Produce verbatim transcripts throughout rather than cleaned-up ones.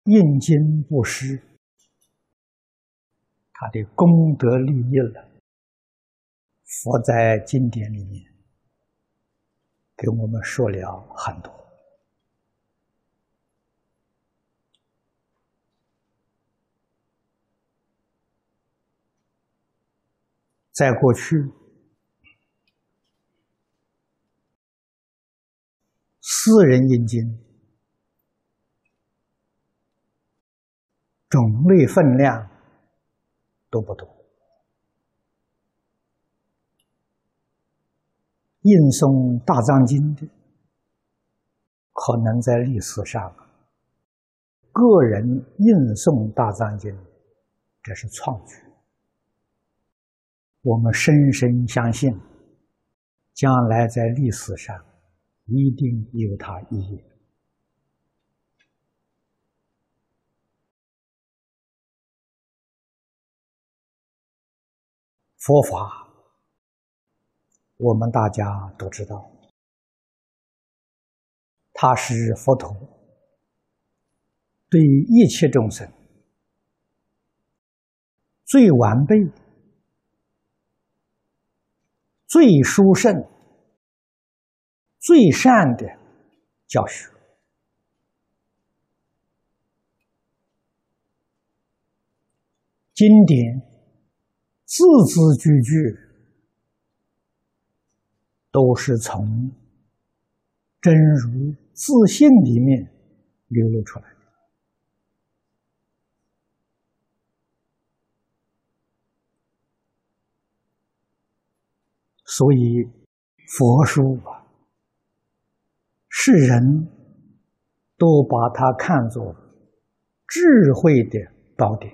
印经布施，他的功德利益了，佛在经典里面给我们说了很多。在过去，私人印经种类分量都不多，印诵大藏经的可能在历史上个人印诵大藏经，这是创举。我们深深相信，将来在历史上一定有它意义。佛法，我们大家都知道，它是佛陀对一切众生最完备、最殊胜、最善的教学。经典字字句句都是从真如自性里面流露出来的。所以佛书啊，世人都把它看作智慧的宝典，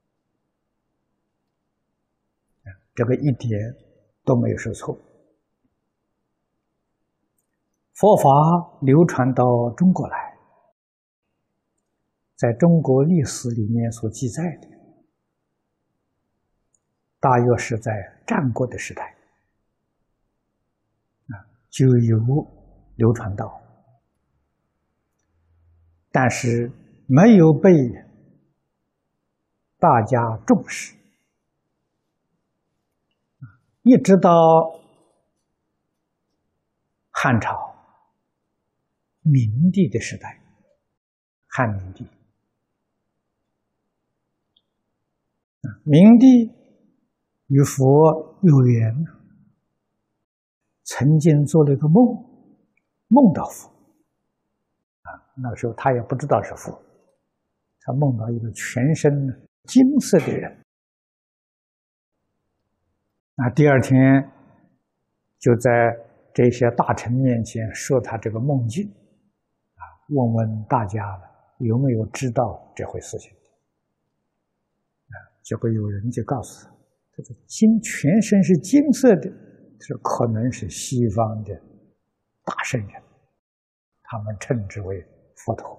这个一点都没有说错。佛法流传到中国来，在中国历史里面所记载的，大约是在战国的时代就有流传到，但是没有被大家重视，一直到汉朝、明帝的时代，汉明帝，明帝与佛有缘，曾经做了一个梦，梦到佛。啊，那个时候他也不知道是佛，他梦到一个全身金色的人。那第二天就在这些大臣面前说他这个梦境，啊，问问大家有没有知道这回事情。啊，结果有人就告诉他，他说金全身是金色的。这可能是西方的大圣人，他们称之为佛陀。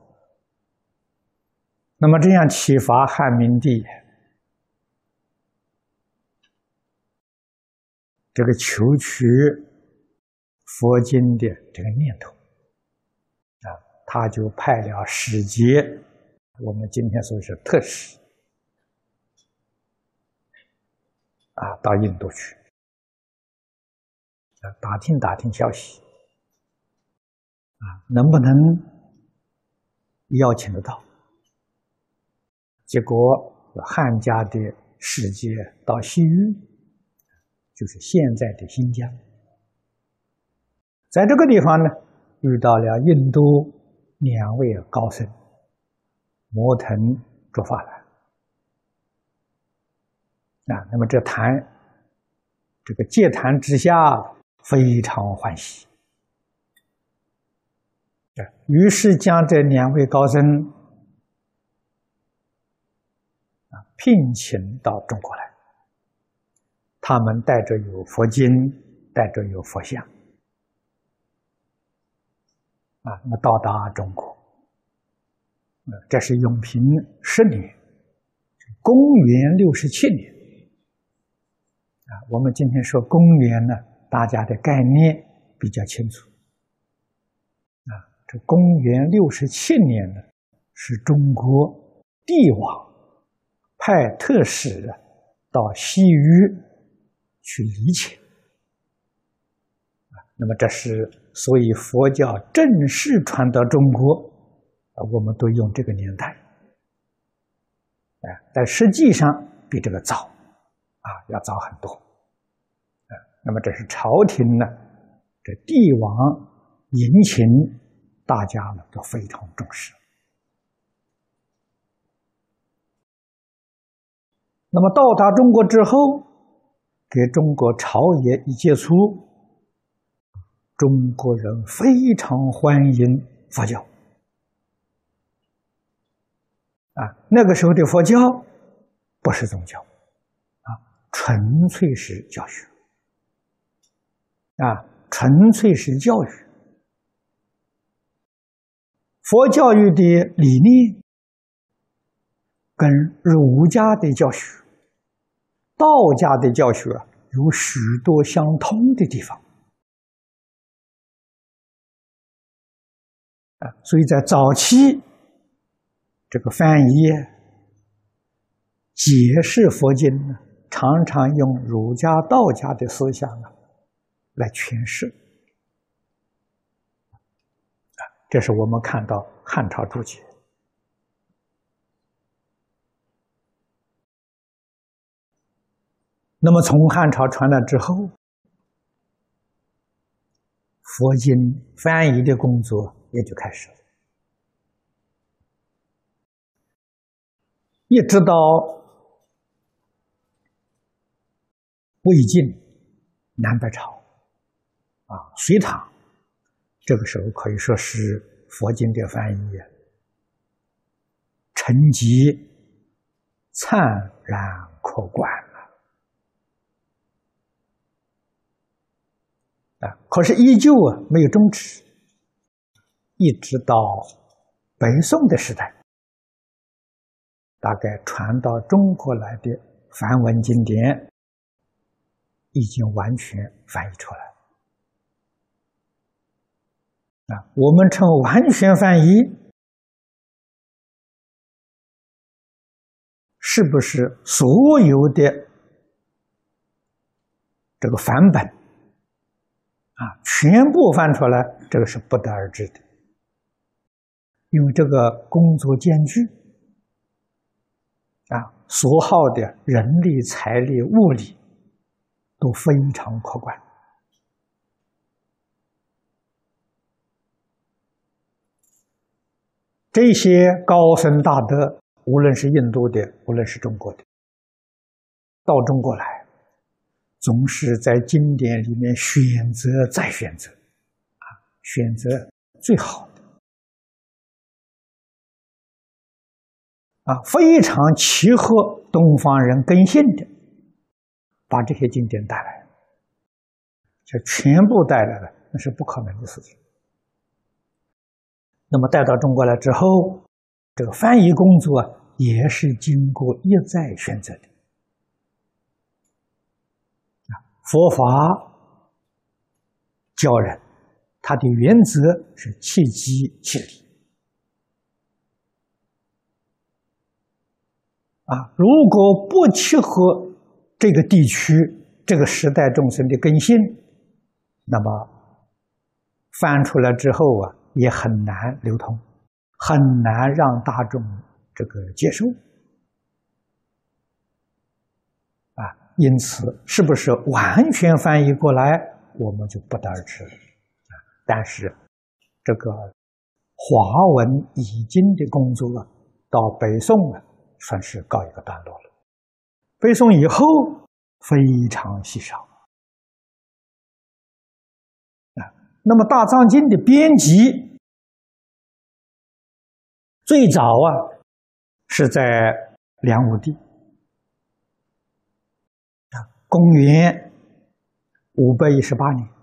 那么这样启发汉明帝这个求取佛经的这个念头啊，他就派了使节，我们今天说是特使啊，到印度去。打听打听消息，啊，能不能邀请得到？结果汉家的使节到西域，就是现在的新疆，在这个地方呢，遇到了印度两位高僧，摩腾、竺法兰。啊，那么这谈这个借谈之下，非常欢喜，于是将这两位高僧啊聘请到中国来。他们带着有佛经，带着有佛像啊，那到达中国，这是永平十年，公元六十七年啊。我们今天说公元呢，大家的概念比较清楚啊。这公元六十七年呢，是中国帝王派特使到西域去理解。那么这是所以佛教正式传到中国，我们都用这个年代，但实际上比这个早，啊，要早很多。那么这是朝廷呢，这帝王迎请，大家呢都非常重视。那么到达中国之后，给中国朝野一接触，中国人非常欢迎佛教。啊，那个时候的佛教不是宗教，啊，纯粹是教学，啊，纯粹是教育。佛教育的理念跟儒家的教学、道家的教学有许多相通的地方。啊，所以在早期，这个翻译解释佛经呢，常常用儒家、道家的思想啊来诠释。啊，这是我们看到汉朝注解。那么从汉朝传来之后，佛经翻译的工作也就开始了。一直到魏晋、南北朝，啊，隋唐，这个时候可以说是佛经的翻译成绩灿然可观了。啊，可是依旧啊没有终止，一直到北宋的时代，大概传到中国来的梵文经典已经完全翻译出来啊，我们称完全翻译，是不是所有的这个梵本啊全部翻出来？这个是不得而知的，因为这个工作艰巨啊，所耗的人力、财力、物力都非常可观。这些高僧大德，无论是印度的，无论是中国的，到中国来，总是在经典里面选择再选择，啊，选择最好的，啊，非常契合东方人根性的，把这些经典带来，就全部带来了，那是不可能的事情。那么带到中国来之后，这个翻译工作也是经过一再选择的。佛法教人，它的原则是契机契理。啊，如果不契合这个地区、这个时代众生的根性，那么翻出来之后啊，也很难流通，很难让大众这个接受。啊，因此是不是完全翻译过来，我们就不得而知了。啊，但是这个华文译经的工作啊，到北宋啊，算是告一个段落了。北宋以后非常稀少。啊，那么大藏经的编辑最早啊是在梁武帝，啊，公元五百一十八年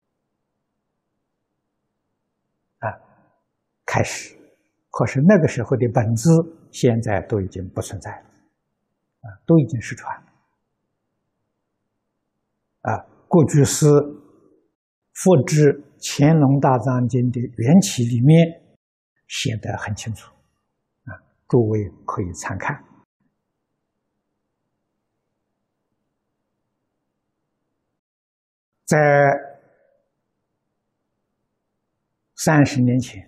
啊开始，可是那个时候的本子现在都已经不存在了，啊，都已经失传了。啊，郭居士复制乾隆大藏经的缘起里面写得很清楚，啊， 诸位可以参看。在三十年前，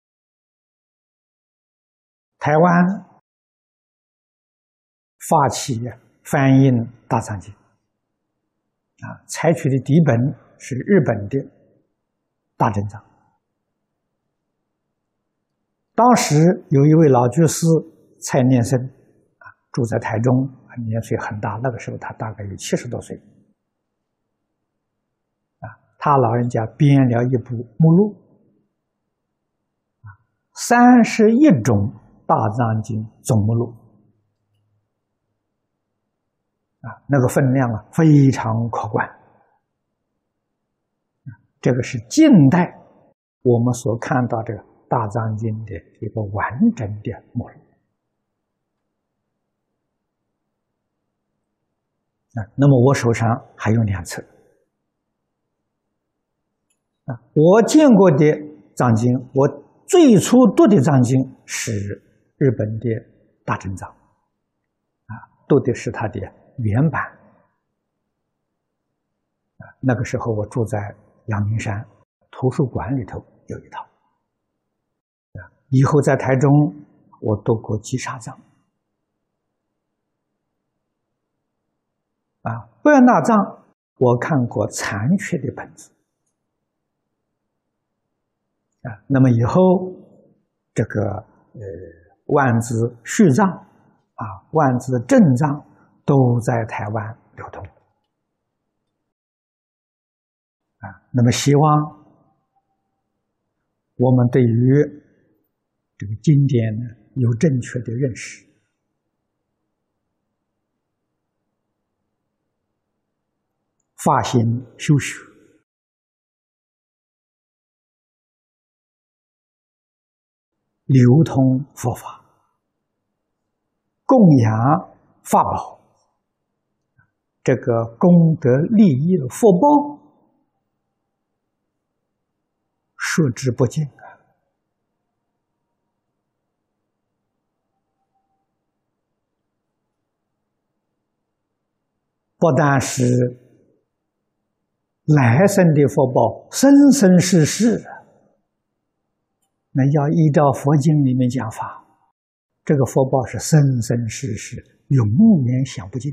台湾发起翻印《大藏经》，啊，采取的底本是日本的大正藏。当时有一位老居士蔡念僧，啊，住在台中，年岁很大，那个时候他大概有七十多岁。啊，他老人家编了一部目录，啊，三十一种大藏经总目录，啊，那个分量啊非常可观。这个是近代我们所看到这个大藏经的一个完整的目录。啊，那么我手上还有两册。啊，我见过的藏经，我最初读的藏经是日本的大正藏，啊，读的是它的原版。啊，那个时候我住在阳明山图书馆里头有一套。啊，以后在台中我读过吉沙藏。啊，贝那藏我看过残缺的本子。啊，那么以后这个呃万字续藏啊，万字正藏都在台湾流通。啊，那么希望我们对于这个经典呢有正确的认识。发心修学，流通佛法，供养法宝，这个功德利益的福报说之不尽啊！不但是来生的福报，生生世世，那要依照佛经里面讲法，这个福报是生生世世永远享不尽。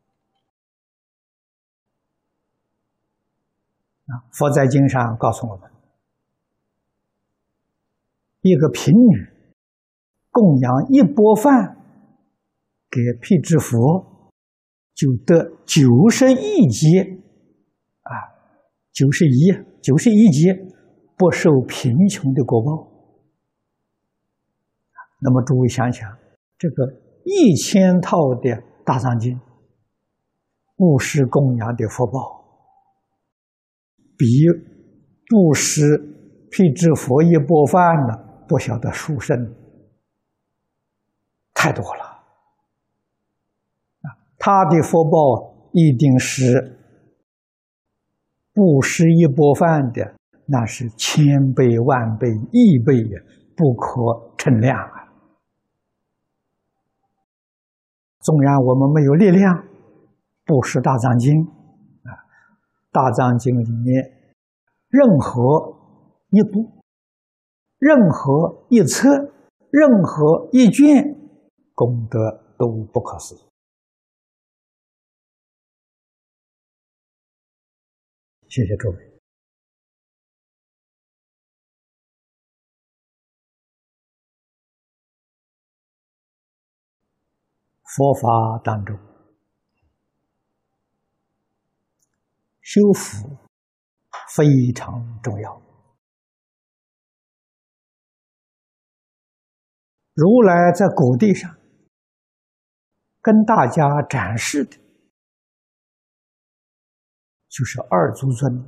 啊，佛在经上告诉我们，一个贫女供养一钵饭给辟支佛，就得九十亿劫啊。九十一，九十一劫不受贫穷的果报。那么诸位想想，这个一千套的大藏经，布施供养的福报，比布施辟支佛一钵饭呢，不晓得殊胜太多了。啊，他的福报一定是布施一钵饭的，那是千倍、万倍、亿倍呀，不可称量啊！纵然我们没有力量布施大藏经啊，大藏经里面任何一部、任何一册、任何一卷，功德都不可思议。谢谢诸位。佛法当中，修福非常重要。如来在果地上跟大家展示的，就是二足尊。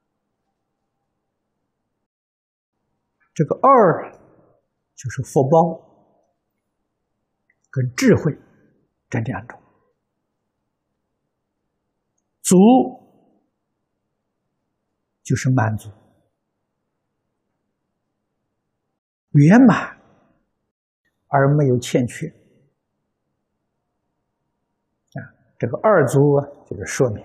这个二就是福报跟智慧这两种，足就是满足圆满， 而没有欠缺。啊，这个二足啊，就是说明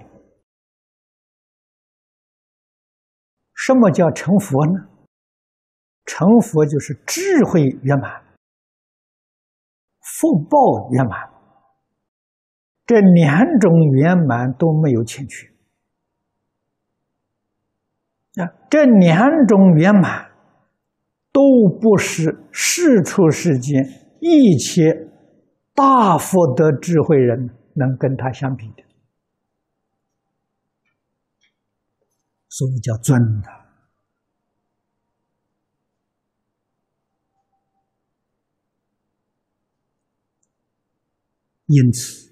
什么叫成佛呢？成佛就是智慧圆满，福报圆满，这两种圆满都没有欠缺。啊，这两种圆满都不是世出世间一切大福德智慧人能跟他相比的，所以叫尊的。因此，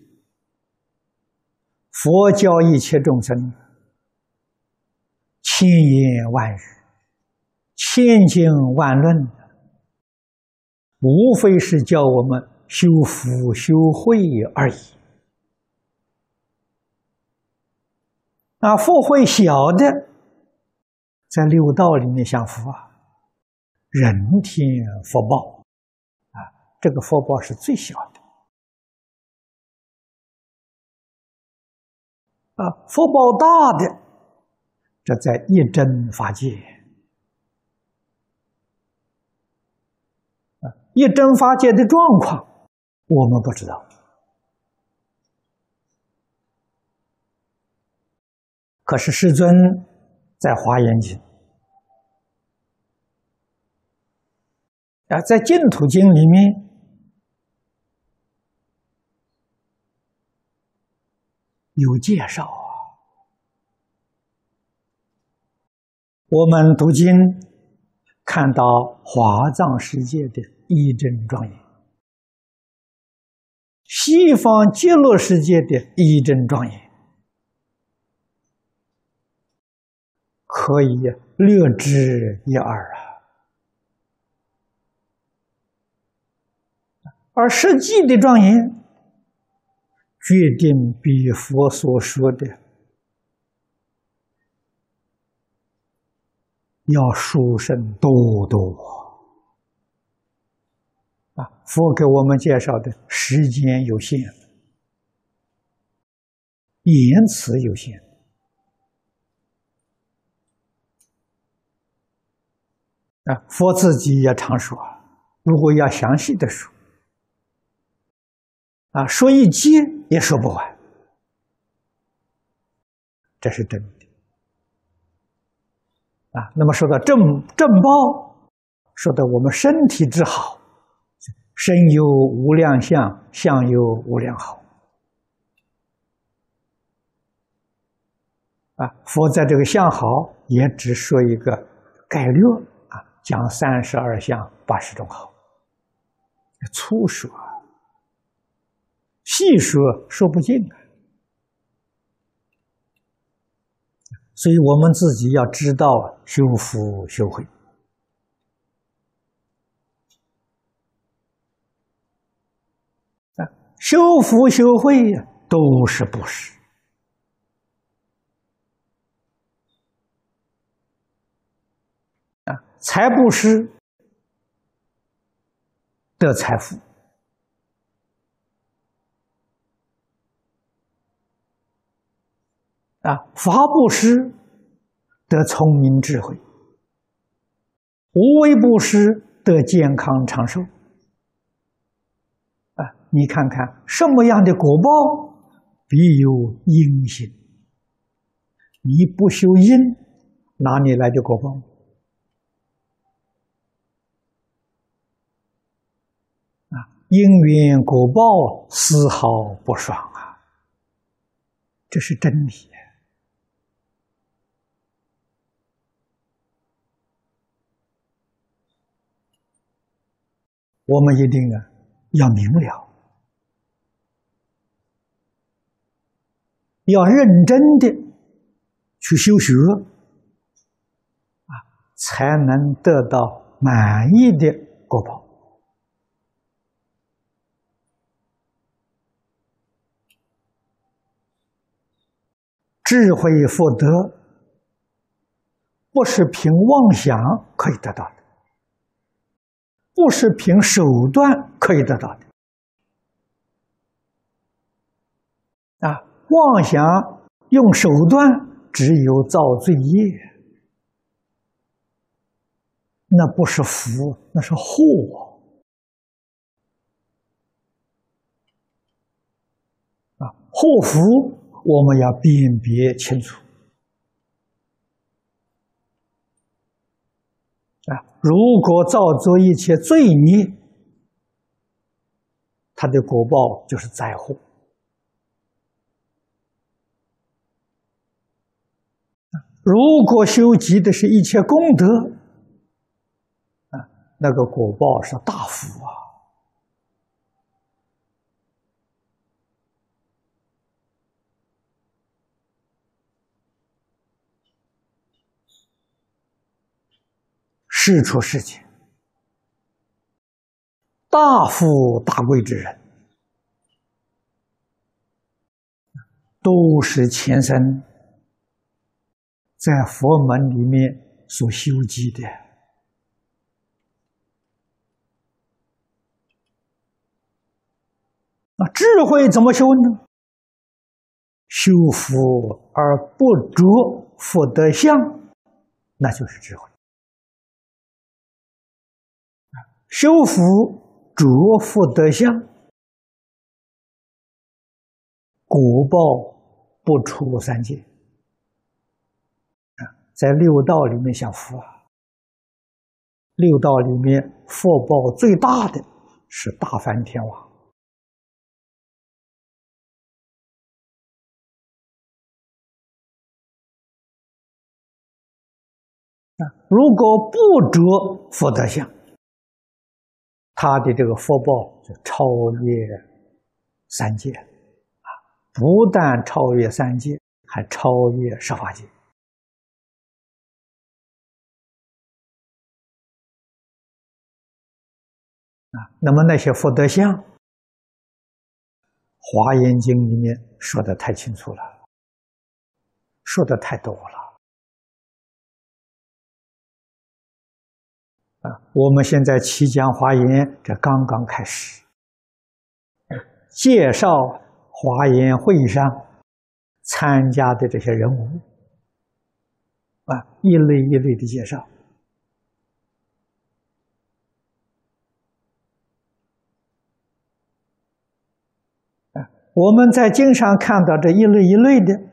佛教一切众生千言万语、千经万论，无非是叫我们修福修慧而已。啊，福慧小的，在六道里面享福啊，人天福报啊，这个福报是最小的。啊，福报大的，这在一真法界。啊，一真法界的状况，我们不知道。可是世尊在《华严经》啊，在《净土经》里面有介绍啊。我们读经看到华藏世界的一真庄严，西方极乐世界的一真庄严，可以略知一二啊。而实际的庄严，决定比佛所说的要殊胜多多啊！佛给我们介绍的时间有限，言辞有限啊！佛自己也常说，如果要详细的说啊，说一节也说不完，这是真的啊。那么说到正正报，说到我们身体之好，身有无量相，相有无量好啊。佛在这个相好也只说一个概略啊，讲三十二相八十种好，粗说。细说说不尽啊，所以我们自己要知道修福修慧啊，修福修慧呀，都是布施啊，财布施得财富。啊，法布施得聪明智慧，无为布施得健康长寿。啊，你看看什么样的果报，必有因行。你不修因，哪里来的果报？啊，因缘果报丝毫不爽啊，这是真理。我们一定啊要明了，要认真的去修学啊，才能得到满意的果报。智慧福德不是凭妄想可以得到的。 不是凭手段可以得到的。啊，妄想用手段，只有造罪业，那不是福，那是祸。啊，祸福我们要辨别清楚。啊，如果造作一切罪孽，它的果报就是灾祸。如果修集的是一切功德，啊，那个果报是大福啊！世出世间，大富大贵之人，都是前生在佛门里面所修集的。那智慧怎么修呢？修福而不着福德相，那就是智慧。修福着福德相，果报不出三界。在六道里面享福啊，六道里面福报最大的是大梵天王。如果不着福德相，他的这个福报就超越三界啊！不但超越三界，还超越十法界。啊，那么那些福德相，《华严经》里面说的太清楚了，说的太多了。啊，我们现在期讲华严，这刚刚开始，介绍华严会上参加的这些人物，啊，一类一类的介绍。啊，我们在经上看到这一类一类的，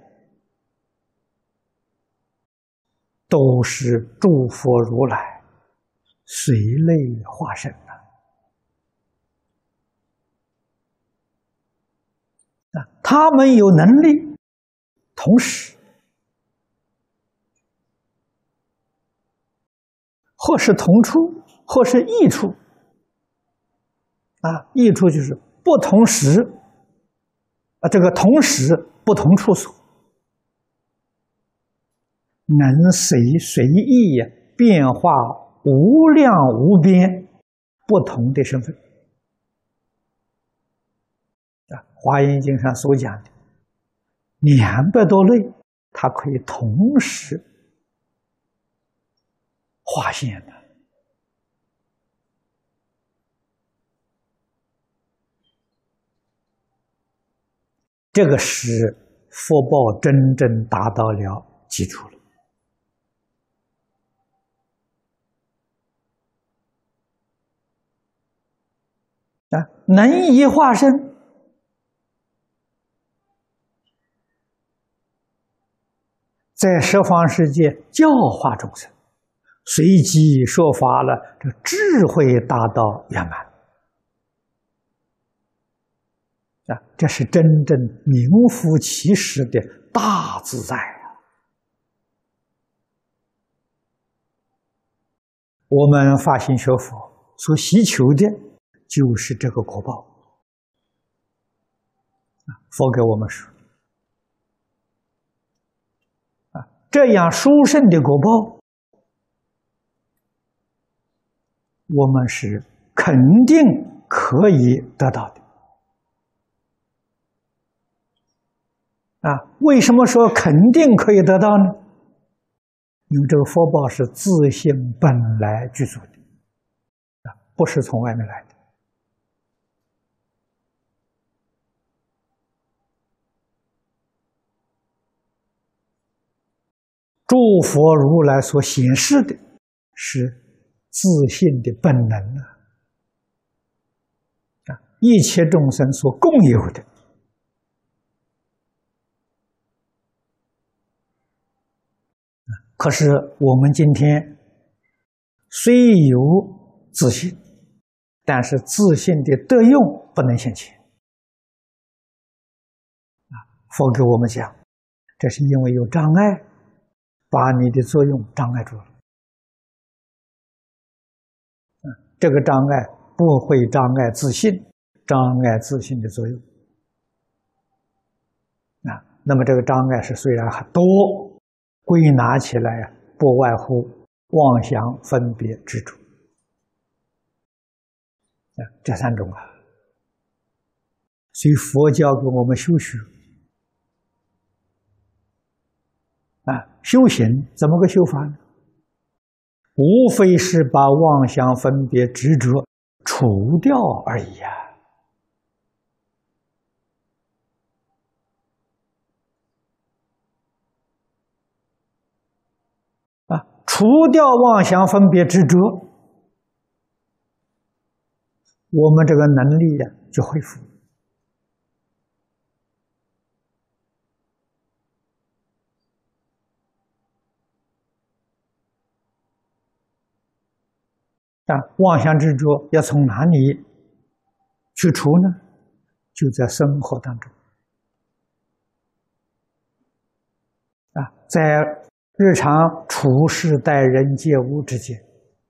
都是诸佛如来随类化身啊！啊，他们有能力，同时或是同处，或是异处。啊，异处就是不同时，啊，这个同时不同处所，能随随意变化无量无边不同的身份。啊，《华严经》上所讲的两百多类，它可以同时化现的。这个是福报真正达到了基础了。啊，能以化身，在十方世界教化众生，随机说法了，这智慧达到圆满。啊，这是真正名副其实的大自在啊！我们发心学佛所希求的，就是这个果报。佛给我们说，啊，这样殊胜的果报，我们是肯定可以得到的。啊，为什么说肯定可以得到呢？因为这个福报是自性本来具足的，啊， 不是从外面来的。诸佛如来所显示的是自信的本能啊！啊，一切众生所共有的。可是我们今天虽有自信，但是自信的德用不能现前。啊，佛给我们讲，这是因为有障碍，把你的作用障碍住了。啊，这个障碍不会障碍自信，障碍自信的作用。啊，那么这个障碍是虽然很多。归纳起来啊，不外乎妄想、分别、执着啊，这三种啊。所以佛教给我们修学啊，修行怎么个修法呢？无非是把妄想、分别、执着除掉而已啊。除掉妄想、分别、执着，我们这个能力呀就恢复。但妄想执着要从哪里去除呢？就在生活当中啊，在日常处事待人接物之间，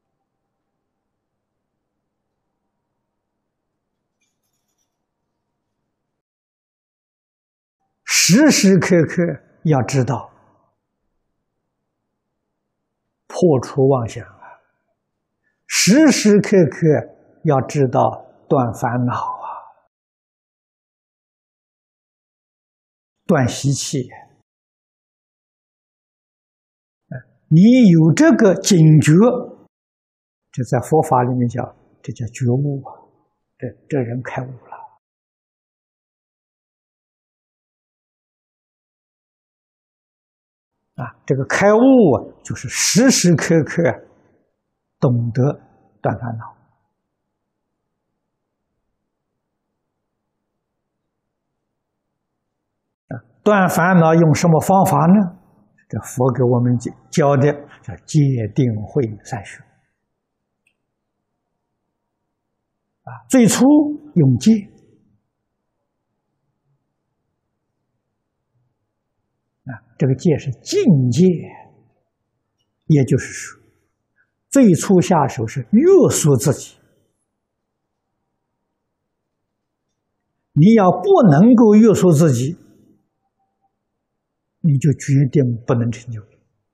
时时刻刻要知道破除妄想啊，时时刻刻要知道断烦恼啊，断习气。你有这个警觉，这在佛法里面叫，这叫觉悟啊，这这人开悟了啊！这个开悟啊，就是时时刻刻懂得断烦恼啊。断烦恼用什么方法呢？这佛给我们教的叫戒定慧三学啊。最初用戒啊，这个戒是境界，也就是说，最初下手是约束自己。你要不能够约束自己，你就决定不能成就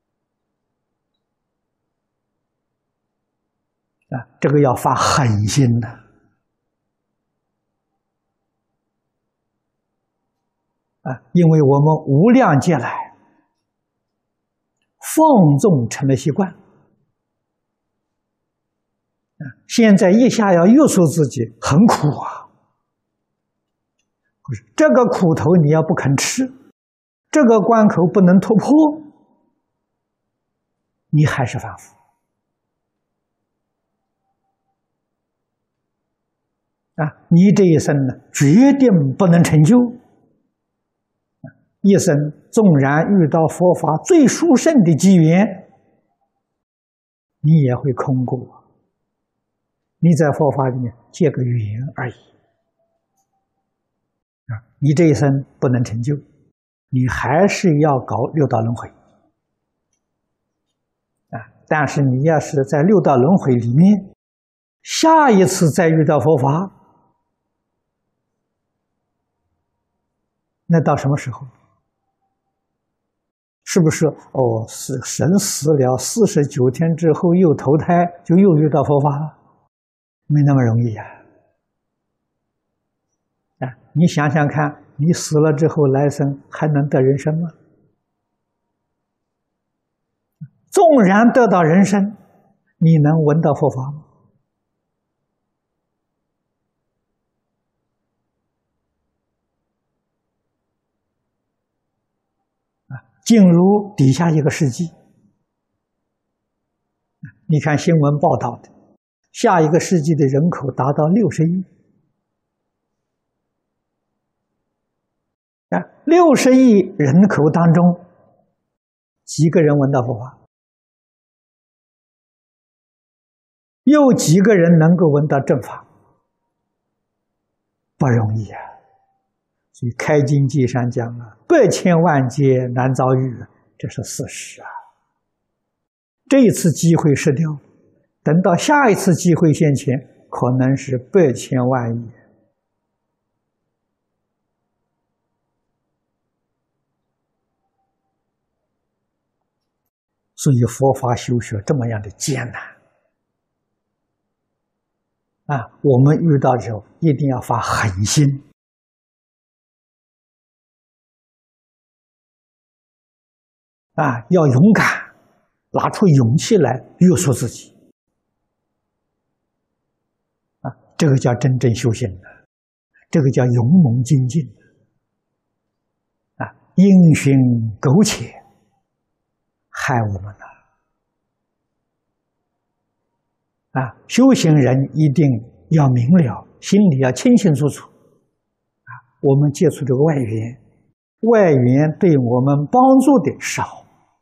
啊！这个要发狠心的啊！因为我们无量劫来放纵成了习惯啊，现在一下要约束自己，很苦啊！可是这个苦头你要不肯吃，这个关口不能突破，你还是凡夫啊！你这一生呢，决定不能成就。一生纵然遇到佛法最殊胜的机缘，你也会空过。你在佛法里面结个缘而已啊！你这一生不能成就。你还是要搞六道轮回啊！但是你要是在六道轮回里面，下一次再遇到佛法，那到什么时候？是不是哦？死神死了四十九天之后又投胎，就又遇到佛法了？没那么容易呀！啊，你想想看。你死了之后，来生还能得人生吗？纵然得到人生，你能闻到佛法吗？ 进入底下一个世纪。你看新闻报道的，下一个世纪的人口达到六十亿。啊，六十亿人口当中，几个人闻到佛法？又几个人能够闻到正法？不容易啊！所以开经记上讲啊，百千万劫难遭遇，这是事实啊。这一次机会失掉，等到下一次机会现前，可能是百千万亿。所以佛法修学这么样的艰难啊！我们遇到的时候一定要发狠心啊，要勇敢，拿出勇气来约束自己啊！这个叫真正修行的，这个叫勇猛精进啊！因循苟且，害我们了啊！修行人一定要明了，心里要清清楚楚啊！我们接触这个外缘，外缘对我们帮助的少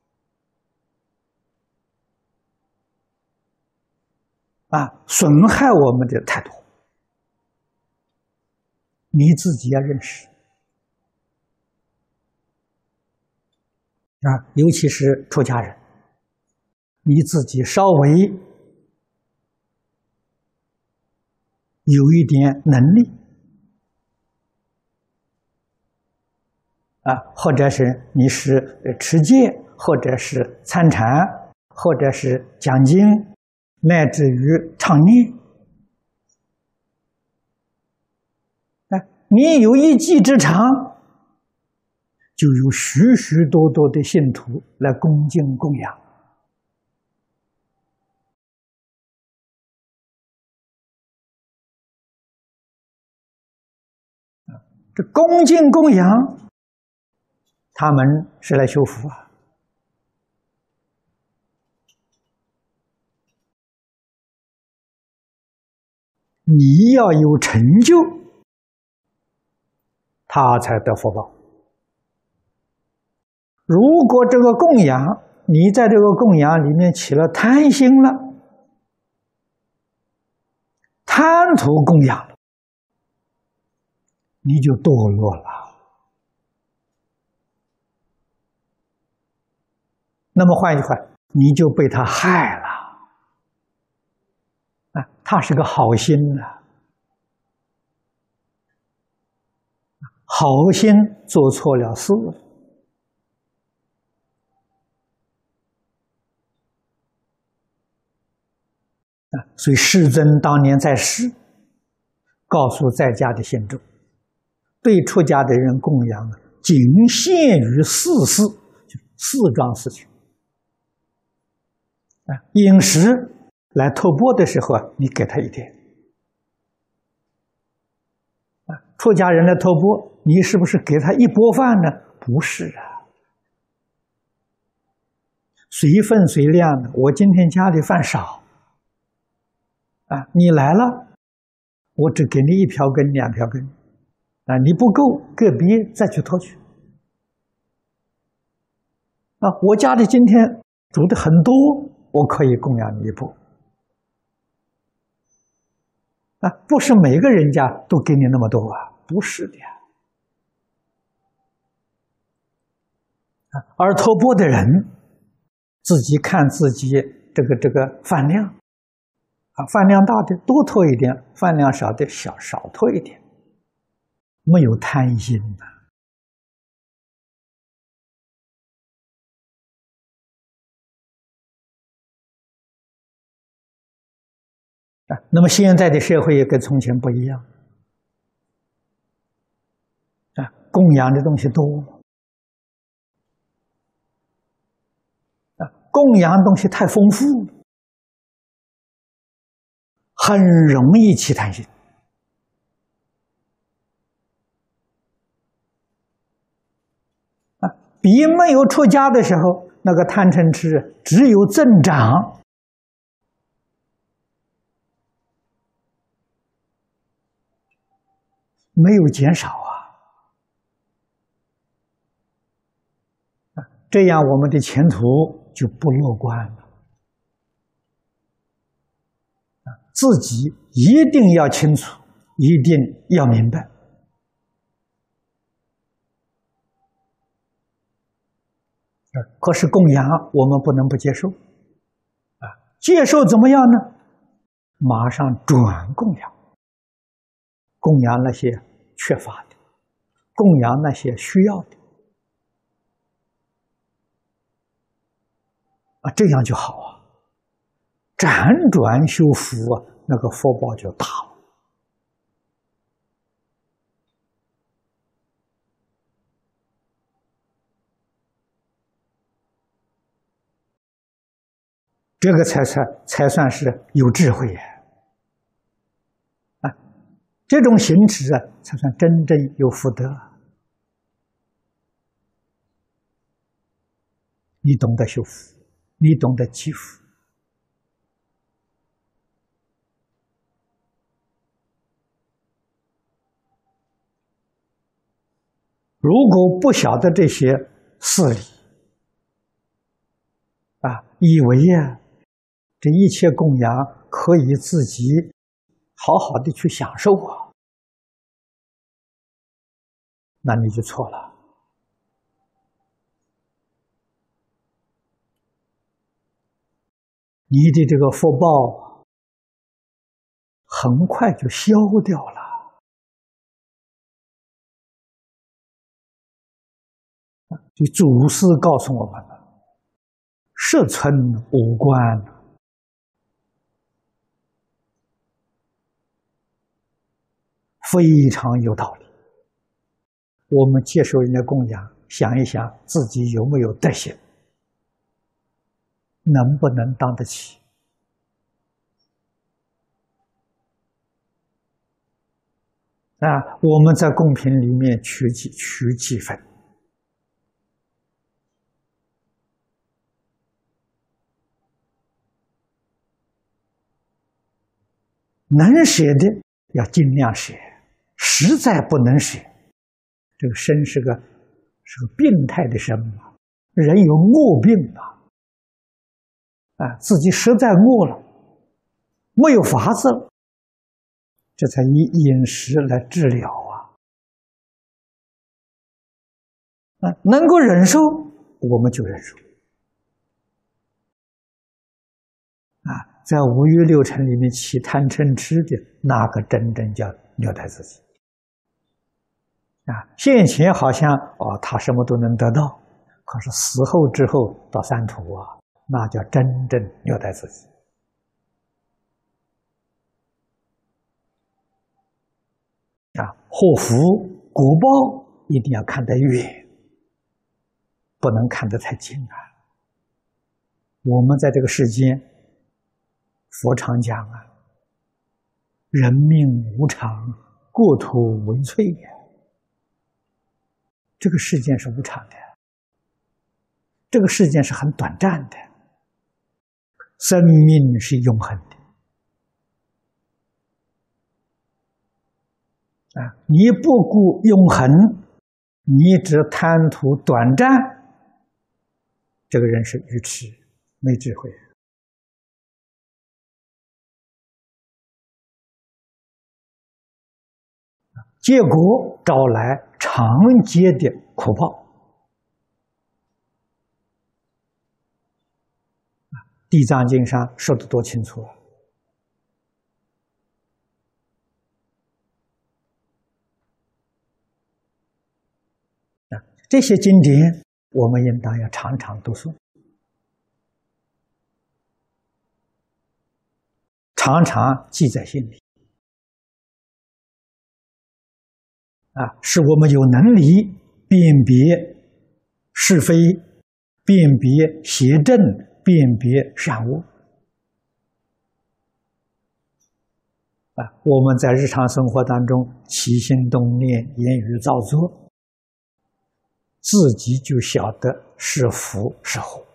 啊，损害我们的太多。你自己要认识啊，尤其是出家人，你自己稍微有一点能力啊，或者是你是持戒，或者是参禅，或者是讲经，乃至于唱念，啊，你有一技之长，就有许许多多的信徒来恭敬供养。这恭敬供养，他们是来修福啊。你要有成就，他才得福报。如果这个供养，你在这个供养里面起了贪心了，贪图供养了，你就堕落了。那么换一句话，你就被他害了啊！他是个好心啊，好心做错了事啊！所以世尊当年在世，告诉在家的信众，对出家的人供养仅限于四事，就四桩事情啊。饮食来托钵的时候啊，你给他一点啊。出家人来托钵，你是不是给他一钵饭呢？不是啊，随分随量的。我今天家里饭少啊，你来了，我只给你一瓢羹、两瓢羹啊，你不够，个别再去托去啊。我家里今天煮的很多，我可以供养你一钵啊，不是每个人家都给你那么多啊，不是的呀。啊，而托钵的人自己看自己这个这个饭量啊，饭量大的多托一点，饭量少的小少托一点，没有贪心的。啊，那么现在的社会也跟从前不一样啊，供养的东西多了啊，供养的东西太丰富了，很容易起贪心啊。 比没有出家的时候那个贪嗔痴只有增长，没有减少啊。这样我们的前途就不乐观了。自己一定要清楚，一定要明白。可是供养我们不能不接受啊！接受怎么样呢？马上转供养，供养那些缺乏的，供养那些需要的啊，这样就好啊！辗转修福啊，那个福报就大了。这个才才才算是有智慧呀！啊，这种行持啊，才算真正有福德。你懂得修福，你懂得积福。如果不晓得这些事理啊，以为呀，这一切供养可以自己好好的去享受啊，那你就错了。你的这个福报很快就消掉了。就祖师告诉我们了，摄存五观，非常有道理。我们接受人家供养，想一想自己有没有德行，能不能当得起？啊，我们在供品里面取几取几分。能舍的要尽量舍，实在不能舍，这个身是个是个病态的身嘛，人有恶病啊，啊，自己实在恶了，没有法子了，这才以饮食来治疗啊，啊，能够忍受，我们就忍受。啊，在五欲六尘里面起贪嗔痴的那个真正叫虐待自己啊！现前好像哦，他什么都能得到，可是死后之后到三途啊，那叫真正虐待自己啊！祸福果报一定要看得远，不能看得太近啊！我们在这个世间。佛常讲啊，人命无常，过土为脆呀。这个世间是无常的，这个世间是很短暂的，生命是永恒的。啊，你不顾永恒，你只贪图短暂，这个人是愚痴，没智慧。结果招来长劫的苦报。地藏经上说的多清楚啊！啊，这些经典我们应当要常常读诵，常常记在心里。啊，使我们有能力辨别是非，辨别邪正，辨别善恶。啊，我们在日常生活当中起心动念、言语造作， 自己就晓得是福是祸。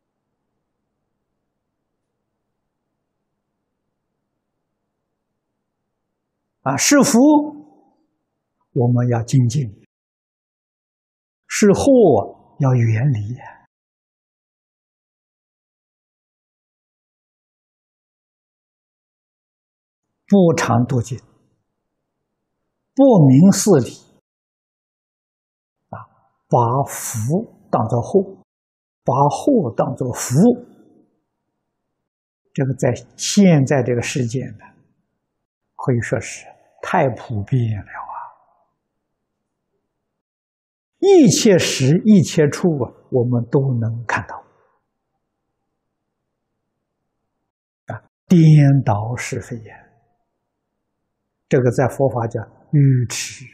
啊，是福，我们要精进；是祸，要远离。不常度尽，不明事理，啊，把福当作祸，把祸当作福，这个在现在这个世界呢，可以说是太普遍了啊！一切时一切处啊，我们都能看到啊，颠倒是非呀。这个在佛法叫愚痴，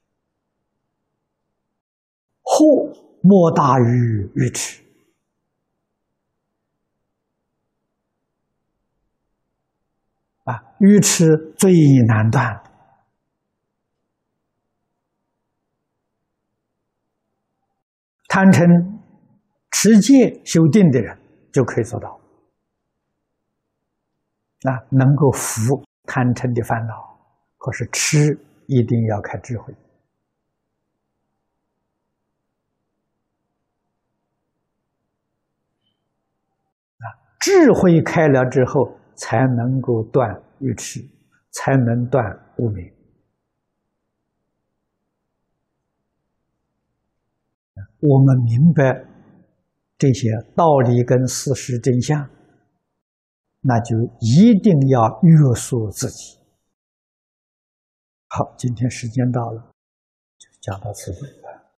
祸莫大于愚痴。啊，愚痴最难断。贪嗔持戒修定的人就可以做到，啊，能够伏贪嗔的烦恼。可是吃一定要开智慧，啊，智慧开了之后，才能够断愚痴，才能断无明。我们明白这些道理跟事实真相，那就一定要约束自己。好，今天时间到了，就讲到此为止。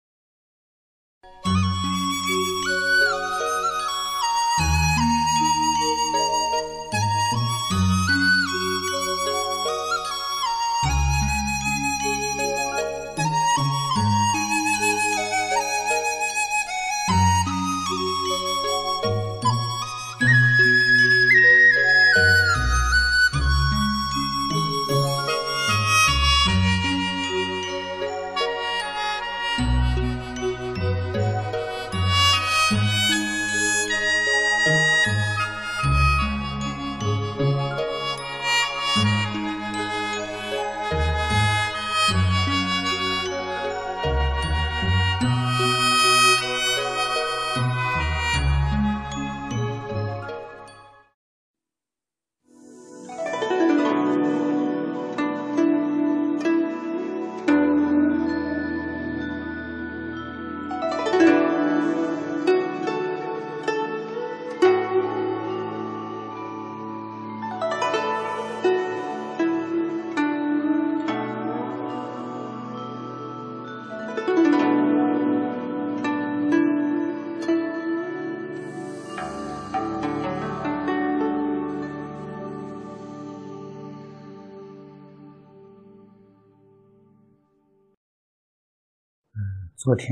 昨天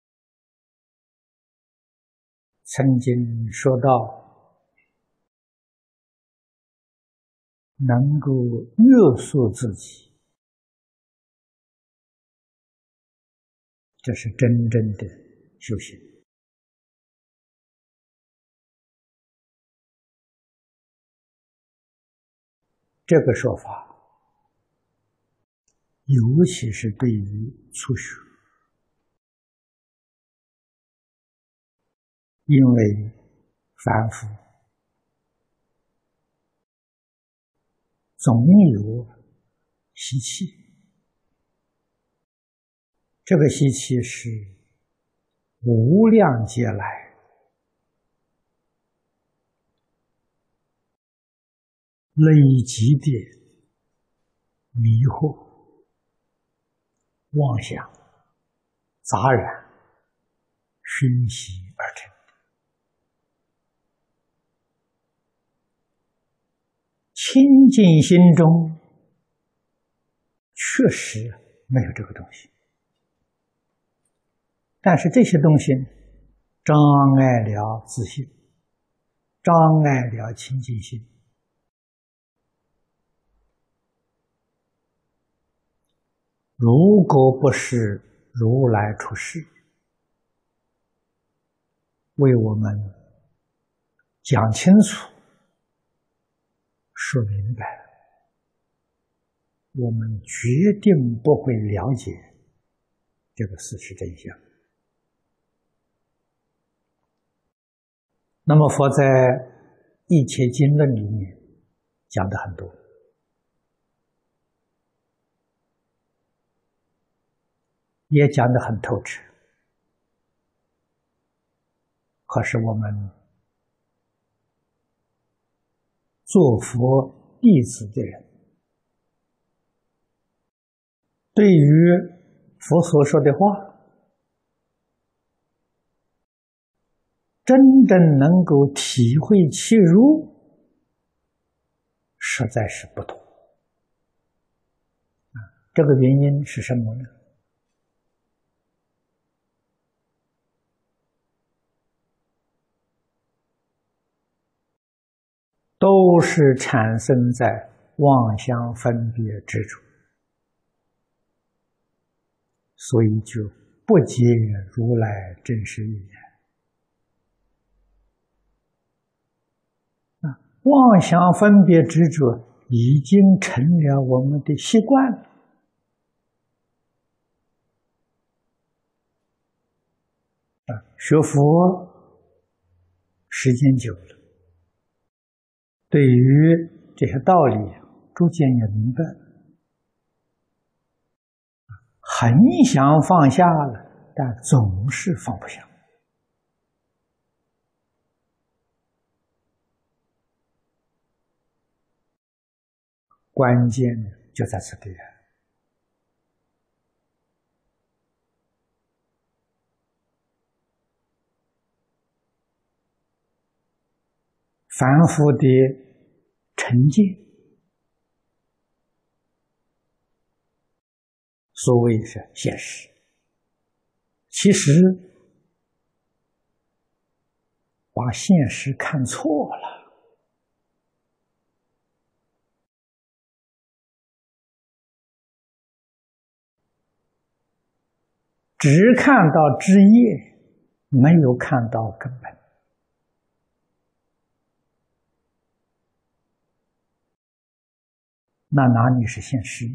曾经说到，能够约束自己，这是真正的修行。这个说法，尤其是对于初学，因为凡夫总有习气，这个习气是无量劫来累积的迷惑、妄想、杂染熏习而成。清净心中确实没有这个东西，但是这些东西障碍了自信，障碍了清净心。如果不是如来出世， 为我们讲清楚、说明白了，我们决定不会了解这个事实真相。那么佛在《一切经论》里面讲的很多，也讲得很透彻，可是我们做佛弟子的人，对于佛所说的话，真正能够体会其如，实在是不多。这个原因是什么呢？都是产生在妄想分别之处，所以就不解如来真实义。妄想分别执着已经成了我们的习惯了。啊，学佛时间久了，对于这些道理逐渐也明白了，很想放下了，但总是放不下。关键就在这里。凡夫的成见，所谓是现实，其实把现实看错了。只看到枝叶，没有看到根本。那哪里是现实？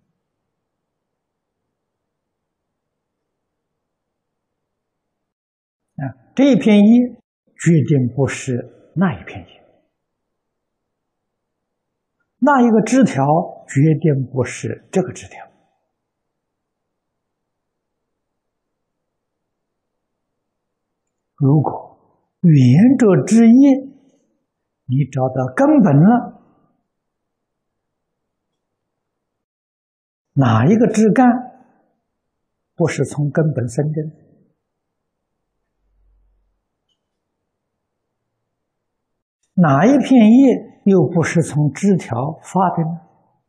啊，这一片叶决定不是那一片叶，那一个枝条决定不是这个枝条。如果沿着枝叶，你找到根本了，哪一个枝干不是从根本生的呢？哪一片叶又不是从枝条发的呢？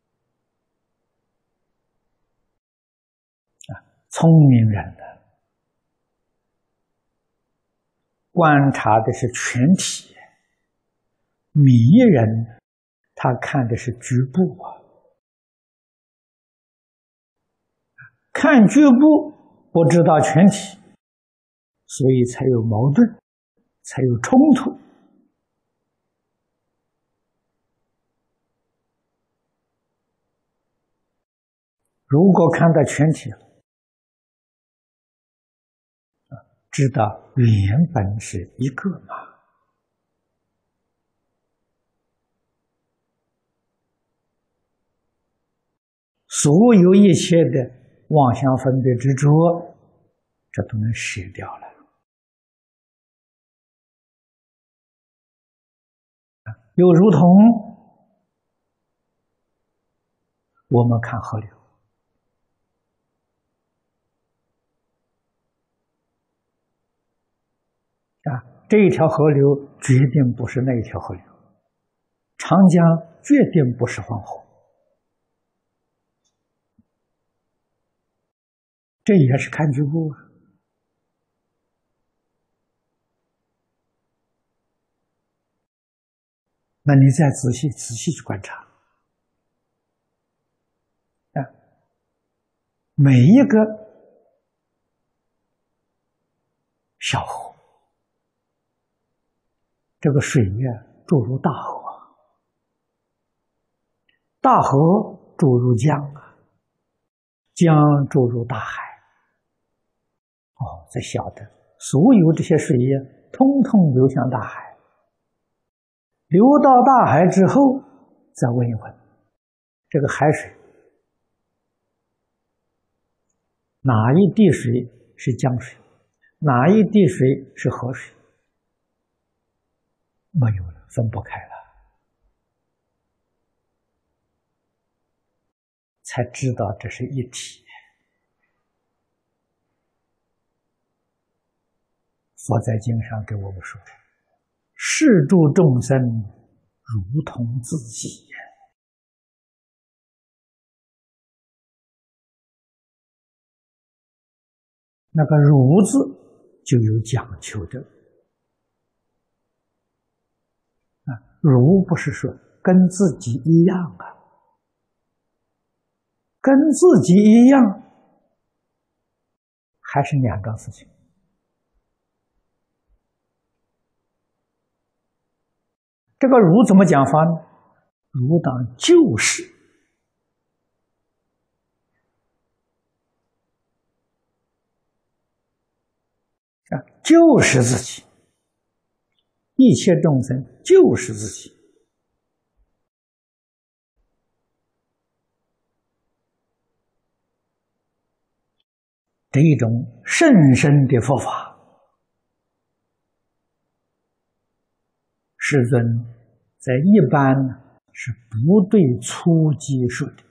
啊，聪明人的观察的是全体，迷人他看的是局部啊，看局部不知道全体，所以才有矛盾，才有冲突。如果看到全体了，知道原本是一个嘛。所有一切的妄想分别执着，这都能舍掉了。又如同我们看河流，啊，这一条河流决定不是那一条河流，长江决定不是黄河，这也是看局部啊。那你再仔细仔细去观察，啊，每一个小河这个水呀注入大河，大河注入江啊，江注入大海。哦，才晓得所有这些水呀，通通流向大海。流到大海之后，再问一问，这个海水哪一滴水是江水，哪一滴水是河水？没有了，分不开了，才知道这是一体。佛在经上给我们说，世诸众生如同自己。那个如字就有讲究的啊，如不是说跟自己一样啊，跟自己一样还是两桩事情。这个如怎么讲法呢？如当就是啊，就是自己，一切众生就是自己。这一种甚深的佛法，世尊在一般是不对初级说的。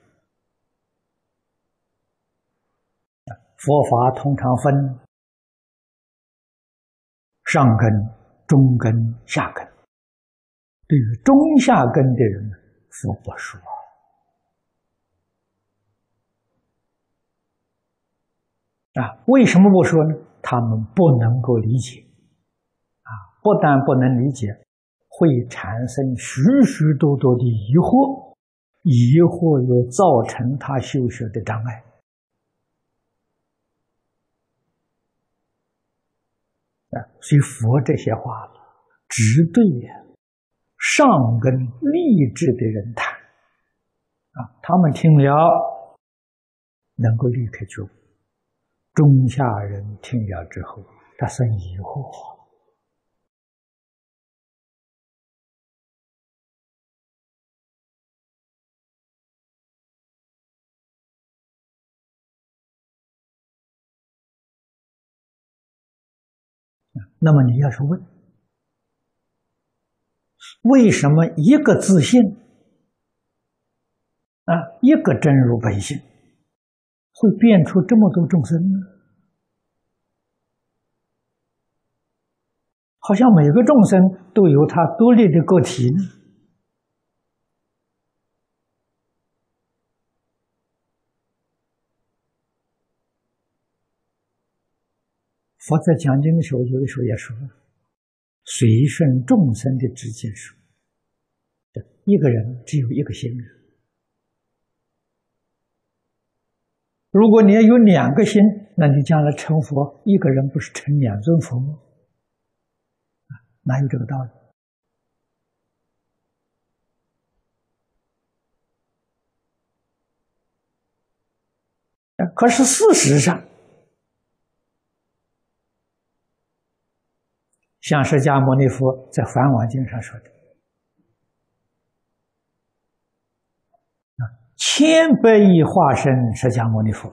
佛法通常分上根、中根、下根。对于中下根的人，佛不说。啊，为什么不说呢？他们不能够理解。啊，不但不能理解，会产生许许多多的疑惑，疑惑又造成他修学的障碍。啊，所以佛这些话只对上根立志的人谈。啊，他们听了能够立刻觉悟，中下人听了之后，他生疑惑。那么你要是问，为什么一个自信啊，一个真如本性，会变出这么多众生呢？好像每个众生都有他独立的个体呢。佛在讲经的时候，有的时候也说，随顺众生的直接说，一个人只有一个心。如果你要有两个心，那你将来成佛，一个人不是成两尊佛吗？哪有这个道理？可是事实上，像释迦牟尼佛在《梵网经》上说的，千百亿化身释迦牟尼佛，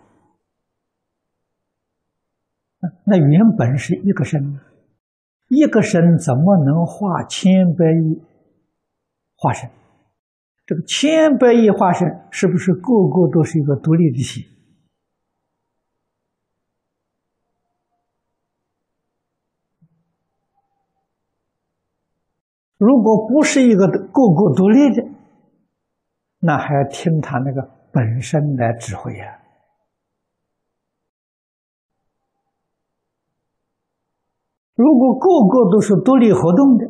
那原本是一个身，一个身怎么能化千百亿化身？这个千百亿化身是不是个个都是一个独立的体？如果不是一个个个独立的，那还要听他那个本身来指挥呀。如果个个都是独立活动的，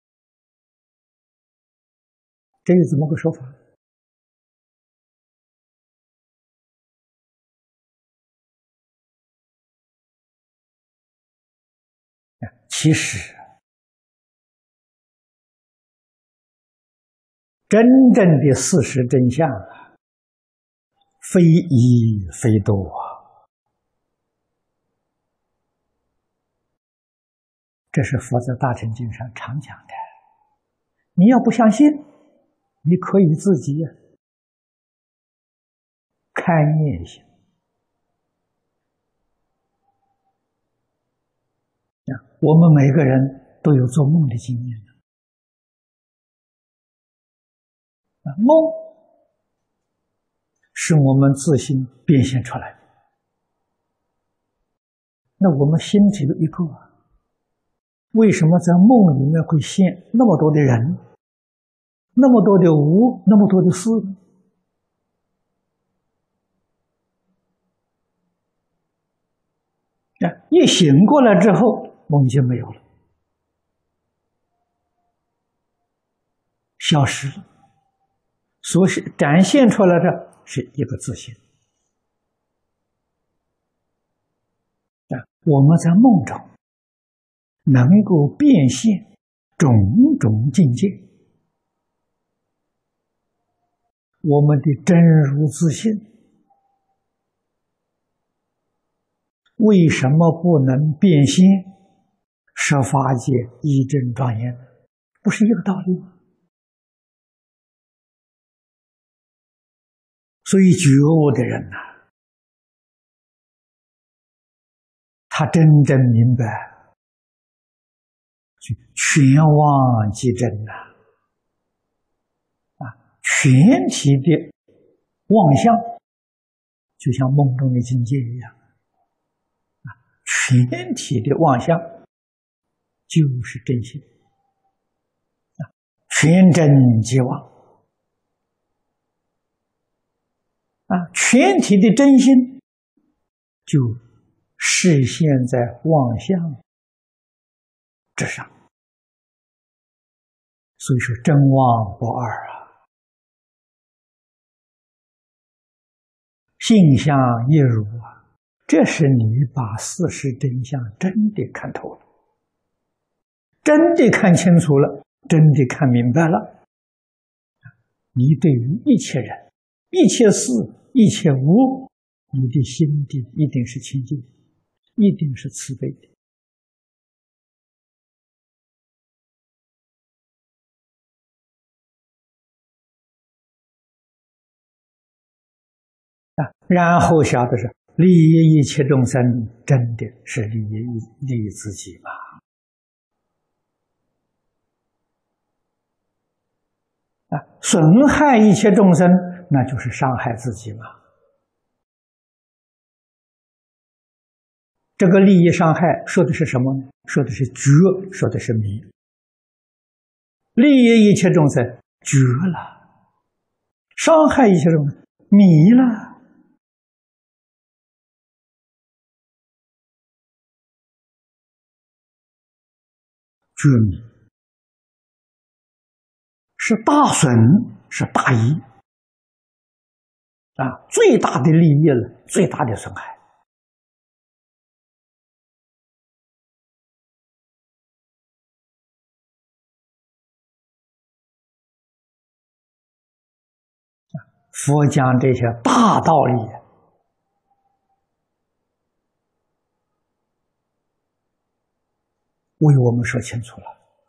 这又怎么个说法？其实真正的事实真相啊，非一非多啊。这是佛在大乘经上常讲的。你要不相信，你可以自己勘验一下。我们每个人都有做梦的经验。梦是我们自性变现出来的。那我们心只有一个，为什么在梦里面会现那么多的人，那么多的物，那么多的事？一醒过来之后，梦就没有了，消失了。所以展现出来的是一个自性。我们在梦中能够变现种种境界，我们的真如自性为什么不能变现十法界一真庄严？不是一个道理吗？所以觉悟的人呐、啊，他真正明白全妄即真呐、啊，啊，全体的妄相就像梦中的境界一样，啊，全体的妄相就是真心，啊，全真即妄。啊，全体的真心就示现在妄相之上，所以说真妄不二啊，性相一如啊，这是你把事实真相真的看透了，真的看清楚了，真的看明白了，你对于一切人、一切事、一切物，你的心地一定是清净，一定是慈悲的。啊，然后晓得是利益一切众生，真的是利益利益自己嘛？啊，损害一切众生，那就是伤害自己嘛。这个利益伤害说的是什么呢？说的是觉，说的是迷。利益一切众生觉了，伤害一切众生迷了。觉迷是大损，是大疑啊，最大的利益了，最大的损害。佛讲这些大道理，为我们说清楚了，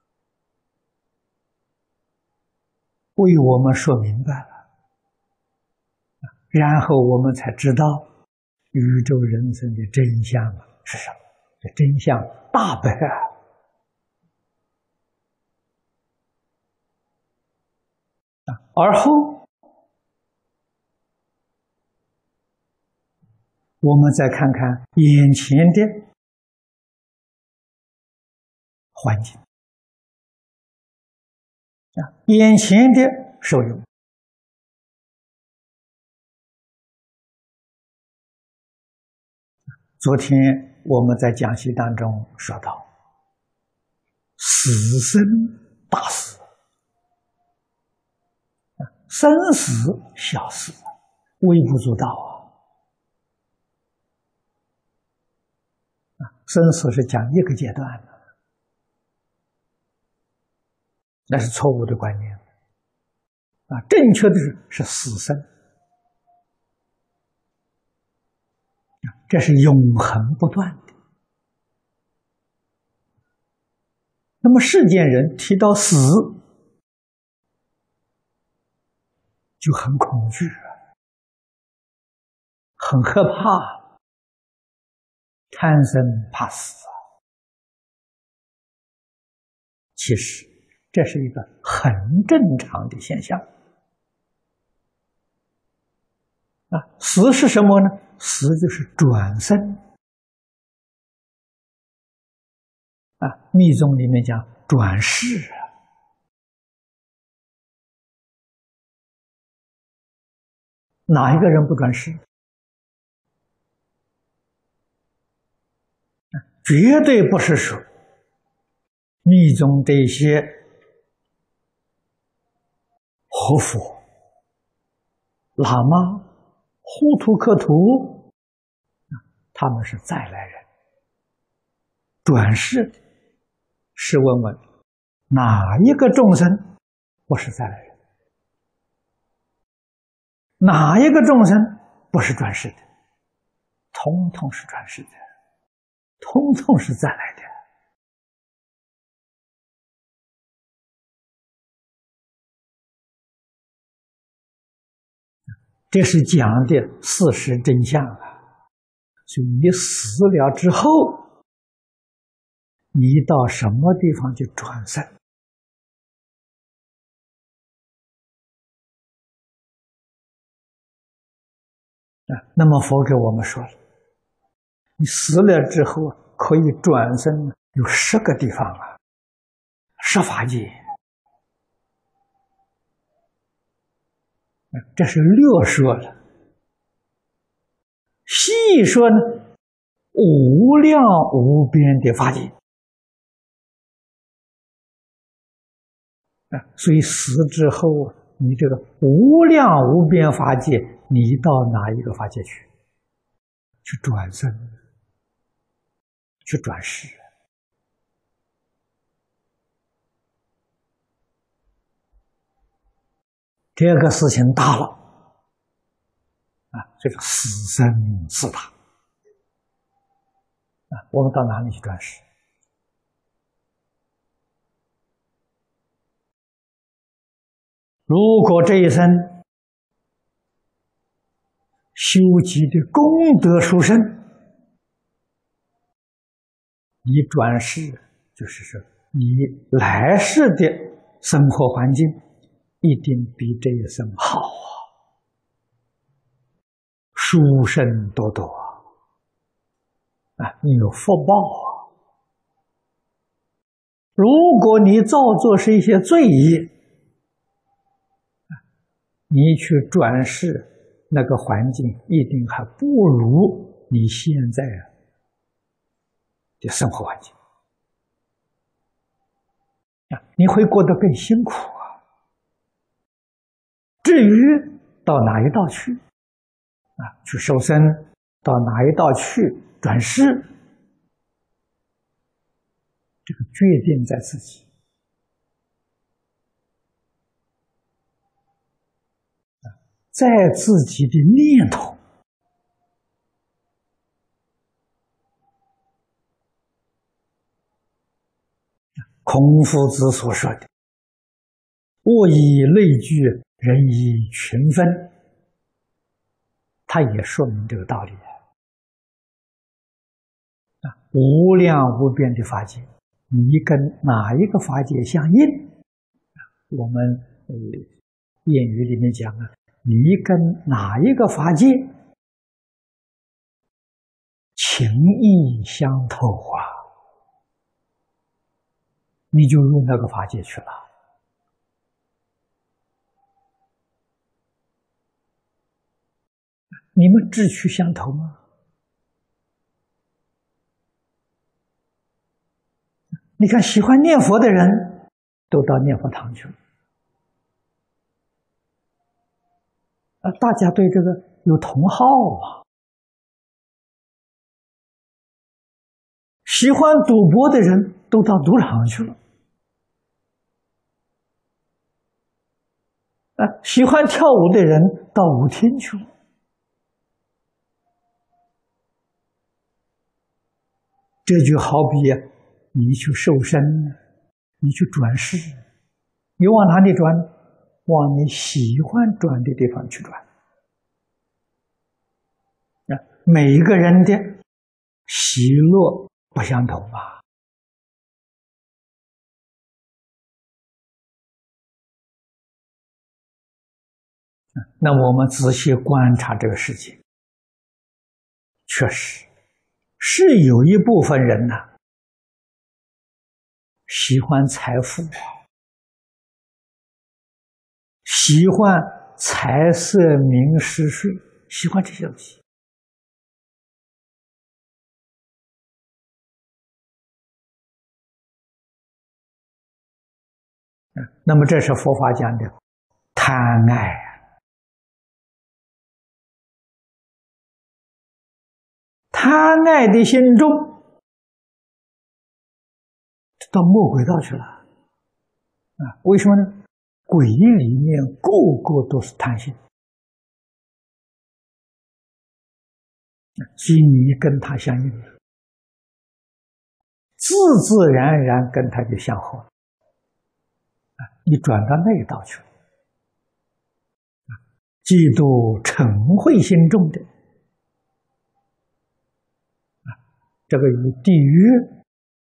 为我们说明白了，然后我们才知道宇宙人生的真相是什么。这真相大白啊！而后我们再看看眼前的环境啊，眼前的受用。昨天我们在讲习当中说到，死生大事，生死小事，微不足道啊！生死是讲一个阶段的，那是错误的观念。 啊，正确的是是死生，这是永恒不断的。那么世间人提到死，就很恐惧，很害怕，贪生怕死啊。其实这是一个很正常的现象啊。死是什么呢？死就是转生啊。密宗里面讲转世啊。哪一个人不转世？绝对不是说密宗这些活佛、喇嘛、呼图克图，他们是再来人，转世的。试问问，哪一个众生不是再来人？哪一个众生不是转世的？通通是转世的，通通是再来的。这是讲的事实真相啊！所以你死了之后，你到什么地方去转生？啊，那么佛给我们说了，你死了之后可以转生有十个地方啊，十法界。这是略说了，细说呢，无量无边的法界啊。所以死之后，你这个无量无边法界，你到哪一个法界去？去转生，去转世。这个事情大了啊！这个死生四大啊，我们到哪里去转世？如果这一生修集的功德殊胜，你转世就是说，你来世的生活环境一定比这一生好啊，殊胜多多啊！啊，你有福报啊。如果你造作是一些罪业，你去转世，那个环境一定还不如你现在的生活环境啊，你会过得更辛苦啊。至于到哪一道去啊，去受生，到哪一道去转世，这个决定在自己。在自己的念头。孔夫子所说的“物以类聚，人以群分”，它也说明这个道理啊。无量无边的法界，你跟哪一个法界相应？我们呃谚语里面讲啊，你跟哪一个法界情意相投啊，你就入那个法界去了。你们志趣相投吗？你看，喜欢念佛的人都到念佛堂去了啊，大家对这个有同好啊。喜欢赌博的人都到赌场去了啊，喜欢跳舞的人到舞厅去了。这就好比你去瘦身，你去转世，你往哪里转？往你喜欢转的地方去转。啊，每一个人的喜乐不相同吧？那我们仔细观察这个世界，确实是有一部分人呢、啊，喜欢财富，喜欢财色名食睡，喜欢这些东西。那么这是佛法讲的贪爱啊，贪爱的心中到魔鬼道去了啊？为什么呢？鬼里面个个都是贪心，所以你跟他相应了，自自然然跟他就相合了。你转到那一道去了，嫉妒嗔恚心重的，这个与地狱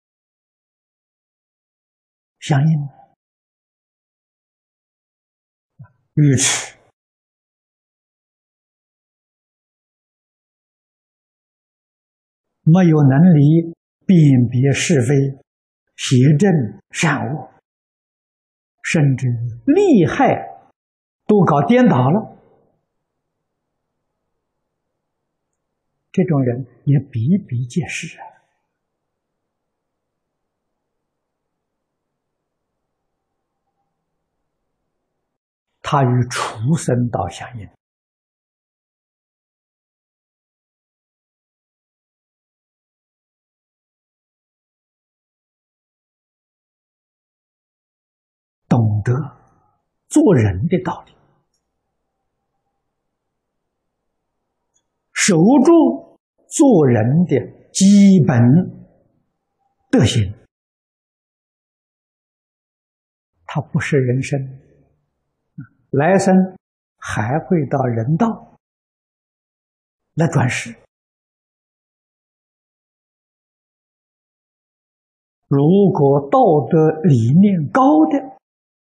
相应，愚痴，没有能力辨别是非、邪正善恶，甚至利害都搞颠倒了。这种人也比比皆是啊。他与畜生道相应，懂得做人的道理，守住做人的基本德行，他不是人生，来生还会到人道来转世。如果道德理念高的，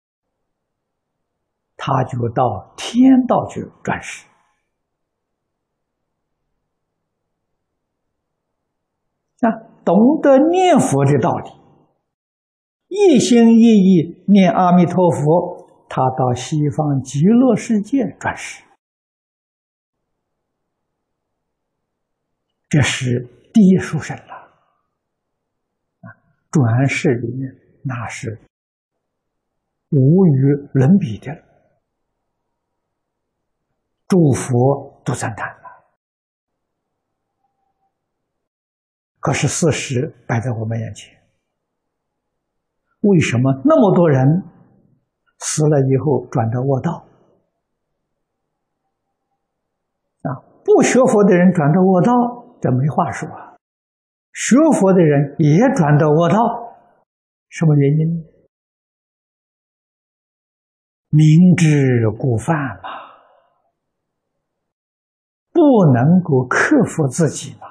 他就到天道去转世。啊，懂得念佛的道理，一心一意念阿弥陀佛，他到西方极乐世界转世。这是第一殊胜了。啊，转世里面那是无与伦比的，诸佛都赞叹了。可是事实摆在我们眼前，为什么那么多人死了以后转到恶道？啊，不学佛的人转到恶道，这没话说啊。学佛的人也转到恶道，什么原因？明知故犯嘛，不能够克服自己嘛。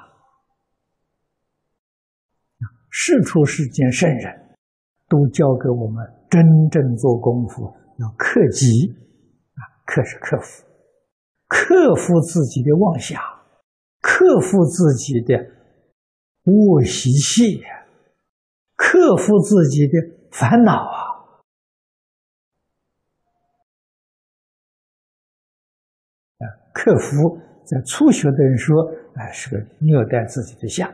世出世间圣人都教给我们真正做功夫要克己啊，克是克服，克服自己的妄想，克服自己的恶习气，克服自己的烦恼啊。克服在初学的人说，哎，是个虐待自己的相。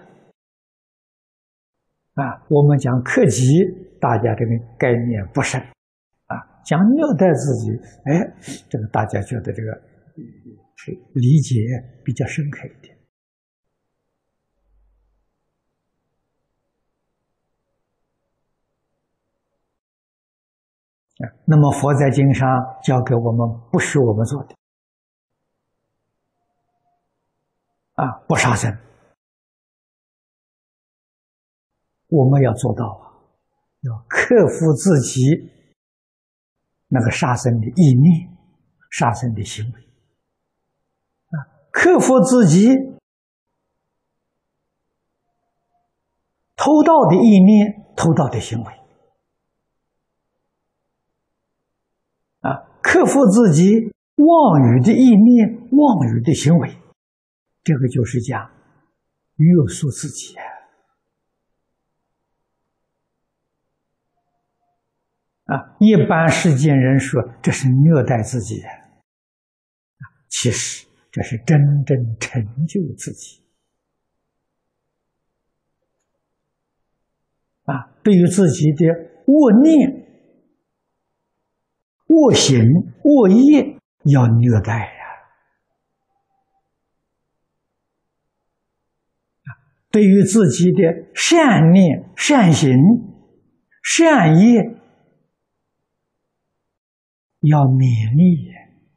啊，我们讲克己，大家这个概念不深，啊，讲虐待自己，哎，这个大家觉得这个是理解比较深刻一点。 啊，那么佛在经上教给我们，不是我们做的啊，不杀生，我们要做到啊，要克服自己那个杀生的意念、杀生的行为啊，克服自己偷盗的意念、偷盗的行为啊，克服自己妄语的意念、妄语的行为，这个就是讲约束自己啊。一般世间人说这是虐待自己，其实这是真正成就自己啊。对于自己的恶念、恶行、恶业要虐待呀、啊，对于自己的善念、善行、善业要勉励，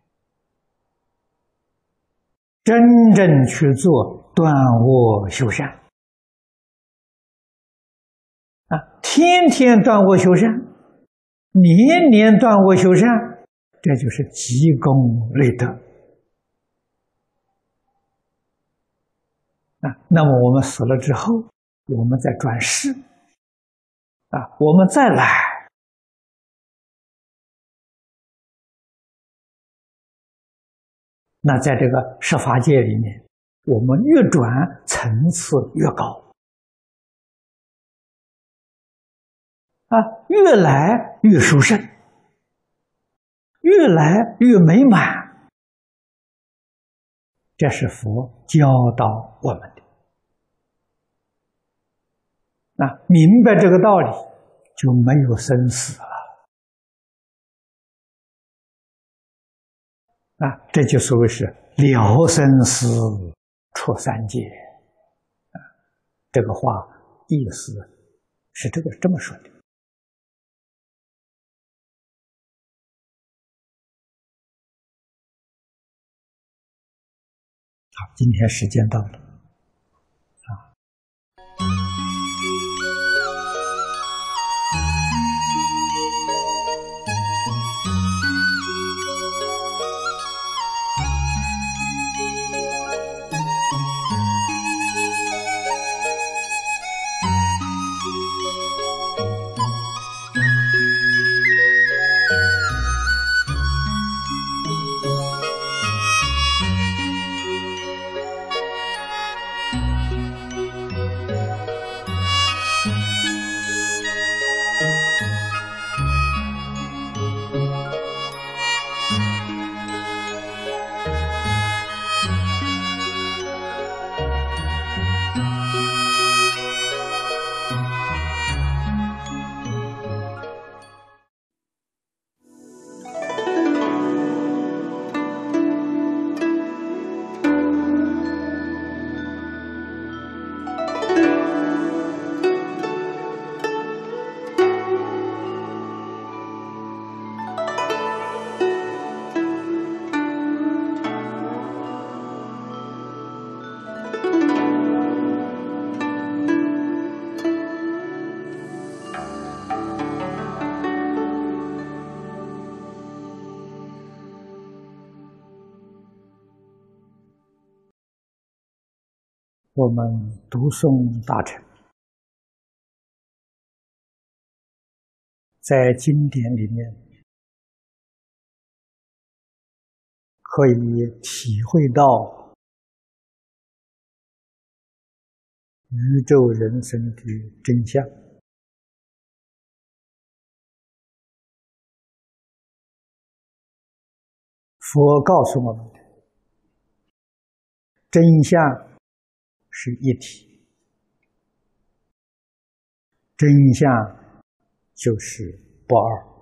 真正去做断恶修善啊，天天断恶修善，年年断恶修善，这就是积功累德啊。那么我们死了之后，我们再转世啊，我们再来，那在这个十法界里面，我们越转层次越高啊，越来越殊胜，越来越美满。这是佛教导我们的啊，明白这个道理，就没有生死了啊，这就所谓是了生死出三界啊，这个话意思是这个这么说的。好，今天时间到了啊。我们读诵大乘，在经典里面可以体会到宇宙人生的真相。佛告诉我们的真相是一体，真相就是不二。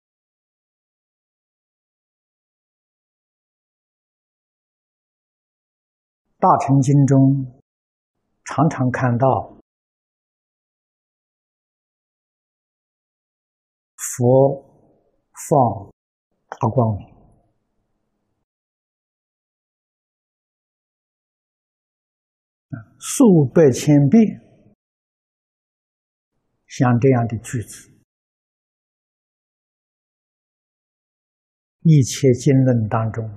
大乘经中常常看到佛放大光明。数百千遍，像这样的句子，一切经论当中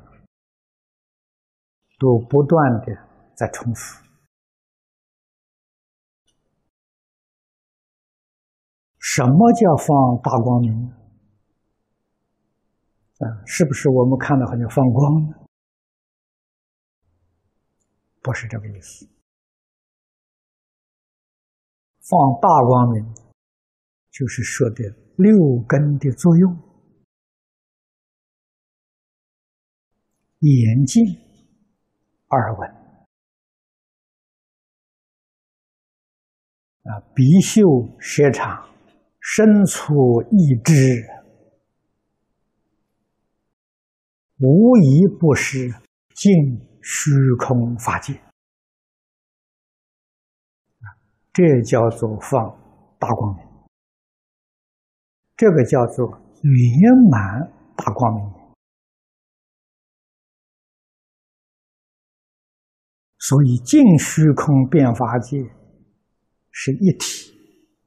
都不断的在重复。什么叫放大光明？啊，是不是我们看到好像放光呢？不是这个意思。放大光明，就是说的六根的作用，眼见、耳闻啊，鼻嗅、舌尝、身处意知，无一不是尽虚空法界。这叫做放大光明，这个叫做圆满大光明。所以尽虚空遍法界是一体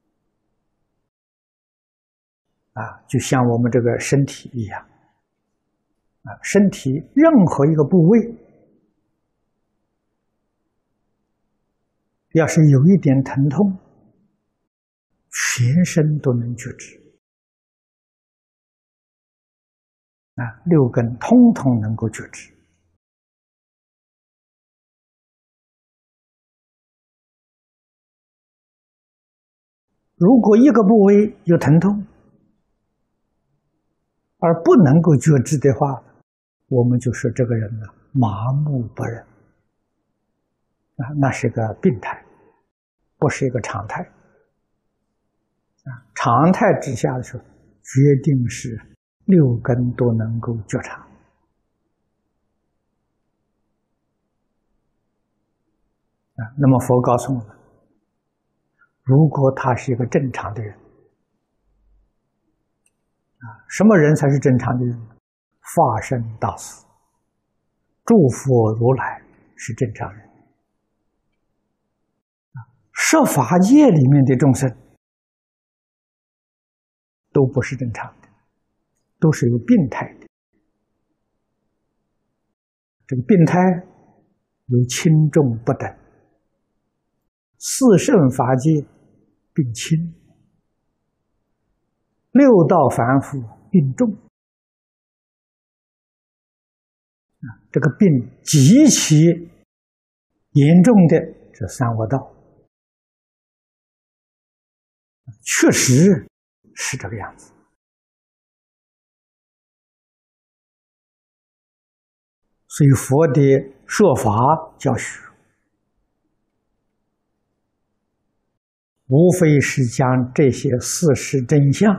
啊，就像我们这个身体一样啊，身体任何一个部位要是有一点疼痛，全身都能觉知啊，六根通通能够觉知。如果一个部位有疼痛，而不能够觉知的话，我们就说这个人呢麻木不仁啊，那是个病态，不是一个常态啊。常态之下的时候，决定是六根都能够觉察啊。那么佛告诉我们，如果他是一个正常的人啊，什么人才是正常的人？法身大士、诸佛如来是正常人。十法界里面的众生都不是正常的，都是有病态的。这个病态有轻重不等，四圣法界病轻，六道凡夫病重。这个病极其严重的这三恶道，确实是这个样子。所以佛的说法教学，无非是将这些事实真相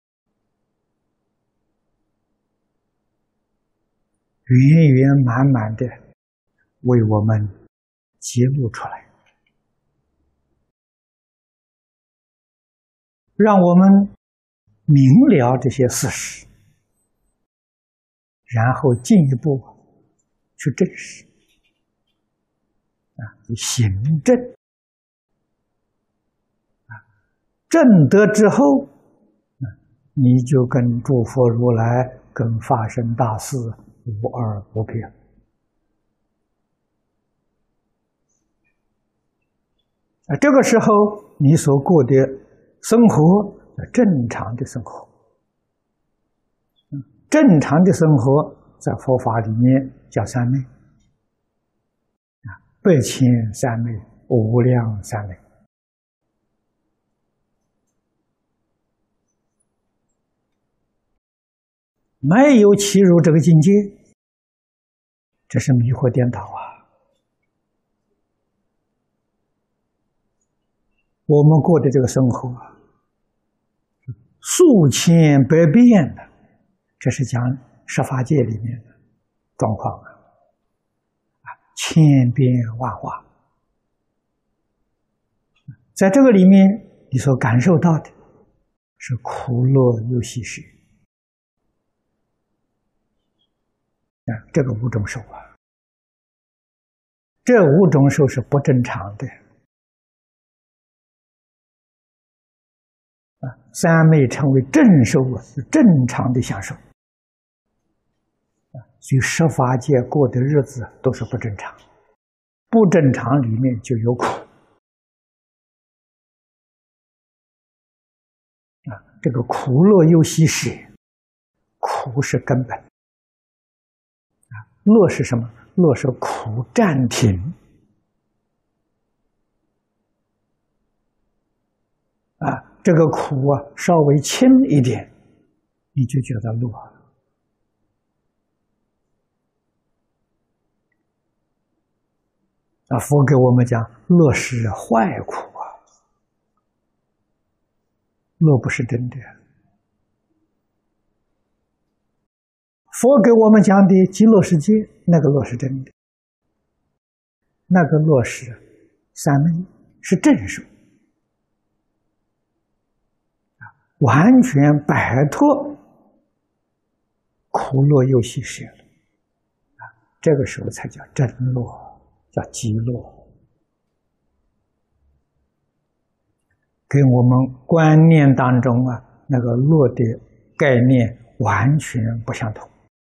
圆圆满满的为我们揭露出来，让我们明了这些事实，然后进一步去证实啊，行证啊，证得之后，你就跟诸佛如来、跟法身大士无二无别。啊，这个时候你所过的生活，正常的生活，正常的生活在佛法里面叫三昧，啊，百千三昧、无量三昧。没有契入这个境界，这是迷惑颠倒啊！我们过的这个生活啊，数千百变的，这是讲十法界里面的状况啊，啊，千变万化。在这个里面，你所感受到的是苦乐忧喜事。 啊，这个五种受啊，这五种受是不正常的啊。三昧称为正受啊，是正常的享受啊。所以十法界过的日子都是不正常，不正常里面就有苦啊。这个苦乐忧喜舍，苦是根本。乐是什么？乐是苦暂停啊，这个苦啊稍微轻一点，你就觉得乐啊。佛给我们讲，乐是坏苦啊，乐不是真的。佛给我们讲的极乐世界，那个乐是真的，那个乐是三昧，是正受，完全摆脱苦乐忧喜舍了啊，这个时候才叫真乐，叫极乐，跟我们观念当中啊那个乐的概念完全不相同。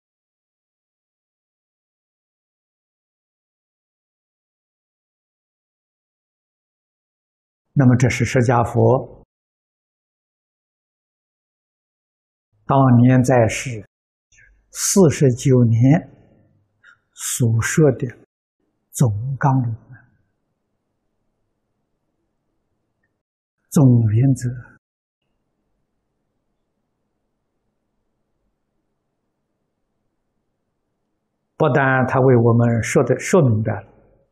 那么这是释迦佛当年在世四十九年所说的总纲领、总原则。不但他为我们说的说明白了，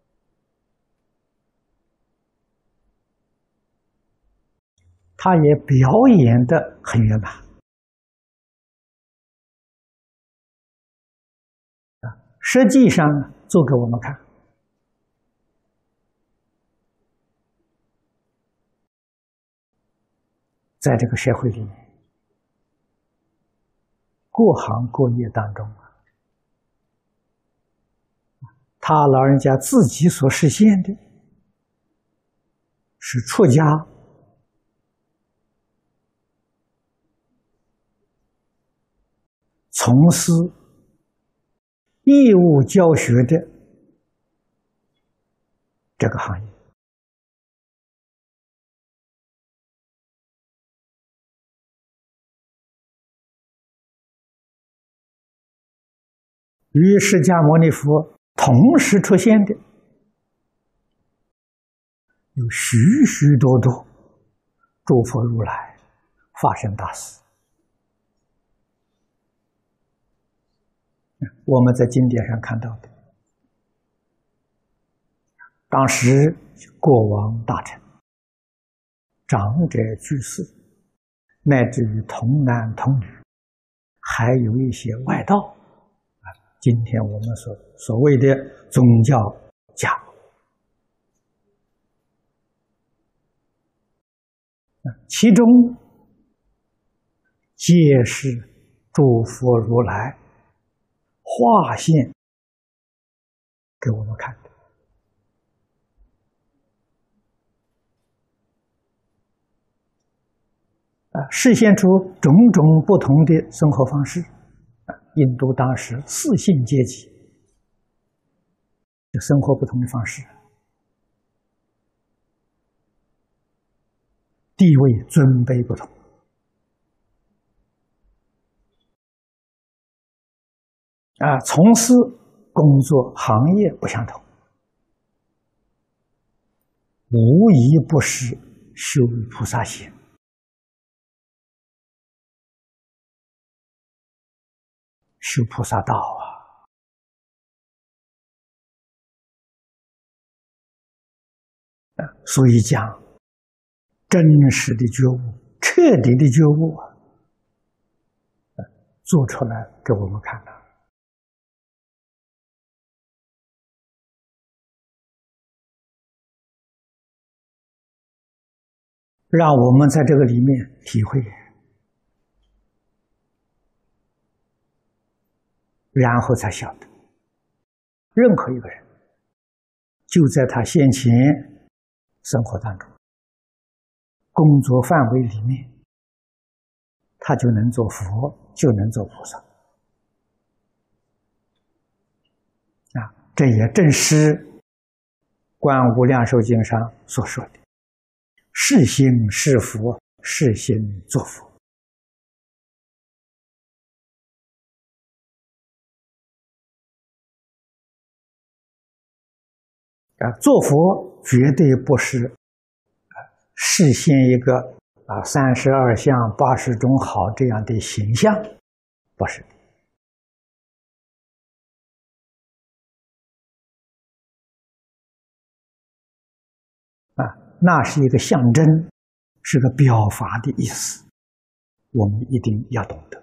他也表演得很圆满啊！实际上做给我们看，在这个社会里面，各行各业当中啊，他老人家自己所实现的是出家从事义务教学的这个行业，与释迦牟尼佛同时出现的有许许多多诸佛如来、法身大士。我们在经典上看到的，当时国王大臣、长者居士，乃至于童男童女，还有一些外道啊，今天我们所所谓的宗教家，其中皆是诸佛如来化现给我们看的啊，示现出种种不同的生活方式。印度当时四姓阶级的生活不同的方式，地位尊卑不同。啊，从事工作行业不相同，无一不是修菩萨行，修菩萨道啊！啊，所以讲真实的觉悟、彻底的觉悟啊，做出来给我们看了。让我们在这个里面体会然后才晓得，任何一个人就在他先前生活当中、工作范围里面，他就能做佛，就能做菩萨。啊，这也正是《观无量寿经》上所说的：“是心是佛，是心作佛。”啊，做佛绝对不是啊示现一个啊三十二相八十种好这样的形象，不是。啊，那是一个象征，是个表法的意思，我们一定要懂得。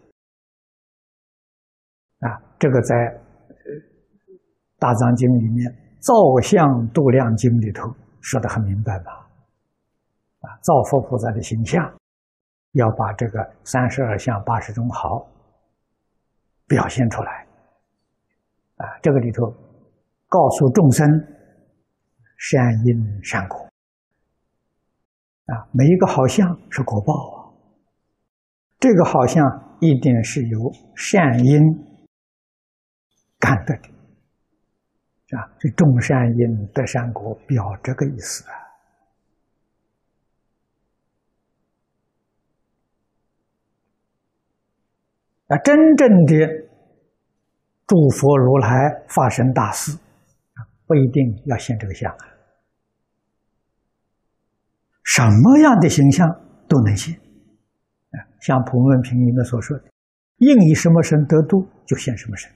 啊，这个在《大藏经》里面《造像度量经》里头说得很明白吧？啊，造佛菩萨的形象，要把这个三十二相八十种好表现出来。啊，这个里头告诉众生善因善果。啊，每一个好相是果报啊，这个好相一定是由善因感得的，啊，这种善因得善果，表这个意思啊。啊，真正的诸佛如来发生大事，啊，不一定要现这个相啊。什么样的形象都能现，像普门品里面所说的，应以什么身得度，就现什么身。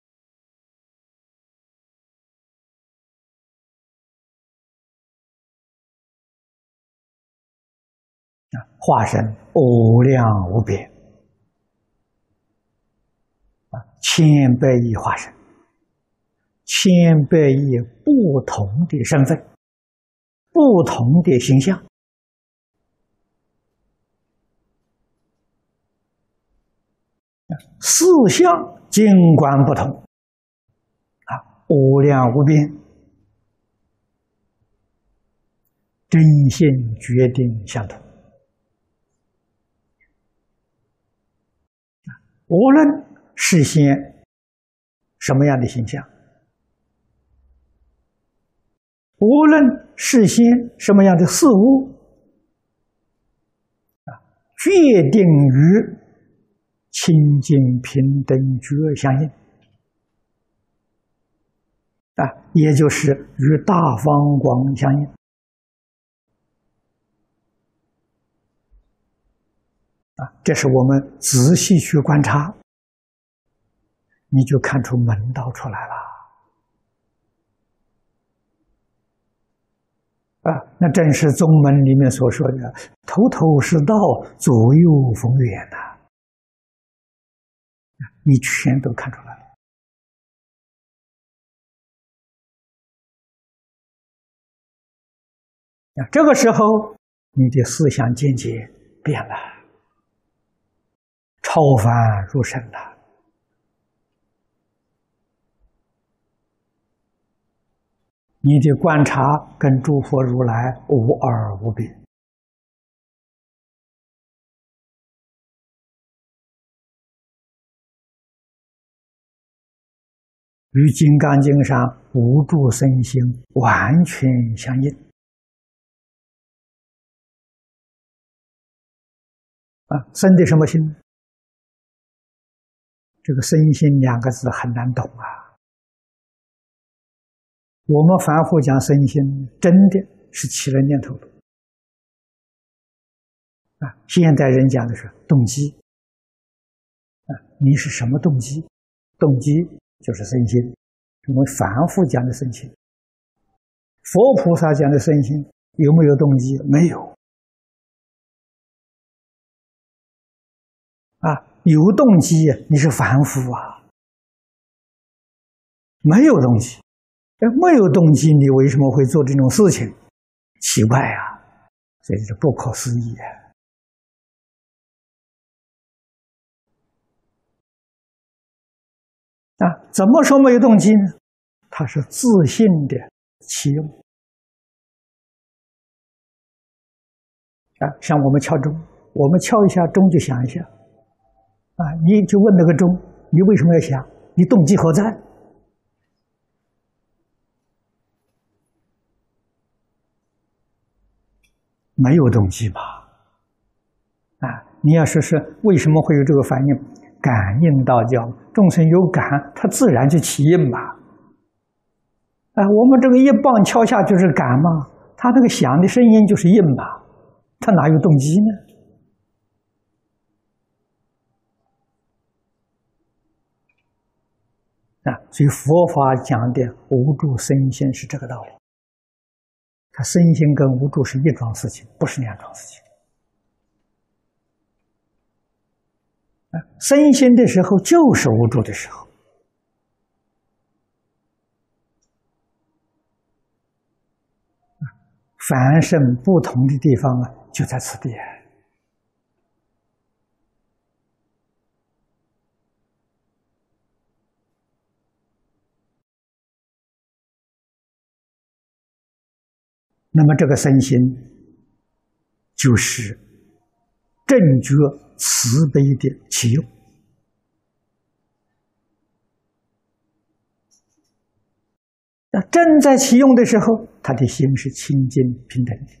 啊，化身无量无边，啊，千百亿化身，千百亿不同的身份，不同的形象。四相尽管不同，啊，无量无边，真心决定相同。无论实现什么样的形象，无论实现什么样的事物，啊，决定于清净平等觉相应，啊，也就是与大方光相应。啊，这是我们仔细去观察，你就看出门道出来了。啊，那正是宗门里面所说的“头头是道，左右逢源”呐。你全都看出来了。啊，这个时候你的思想见解变了，超凡入圣了。你的观察跟诸佛如来无二无别。与《金刚经》上无住身心完全相应。啊，生的什么心？这个身心两个字很难懂啊。我们凡夫讲身心，真的是起了念头的。啊，现代人讲的是动机。啊，你是什么动机？动机就是身心。我们凡夫讲的身心，佛菩萨讲的身心有没有动机？没有。啊，有动机，你是凡夫啊。没有动机，没有动机，你为什么会做这种事情？奇怪啊，所以是不可思议啊。 啊，怎么说没有动机呢？它是自信的起用。啊，像我们敲钟，我们敲一下钟就响一下。啊，你就问那个钟，你为什么要响？你动机何在？没有动机吧？啊，你要说是为什么会有这个反应？感应道交，众生有感，它自然就起应吧。啊，我们这个一棒敲下就是感嘛，它那个响的声音就是应吧，它哪有动机呢？啊，所以佛法讲的无住身心是这个道理。它身心跟无住是一桩事情，不是两桩事情。啊，身心的时候就是无住的时候。凡圣不同的地方啊，就在此地。那么这个身心，就是正觉慈悲的起用。那正在起用的时候，他的心是清净平等的。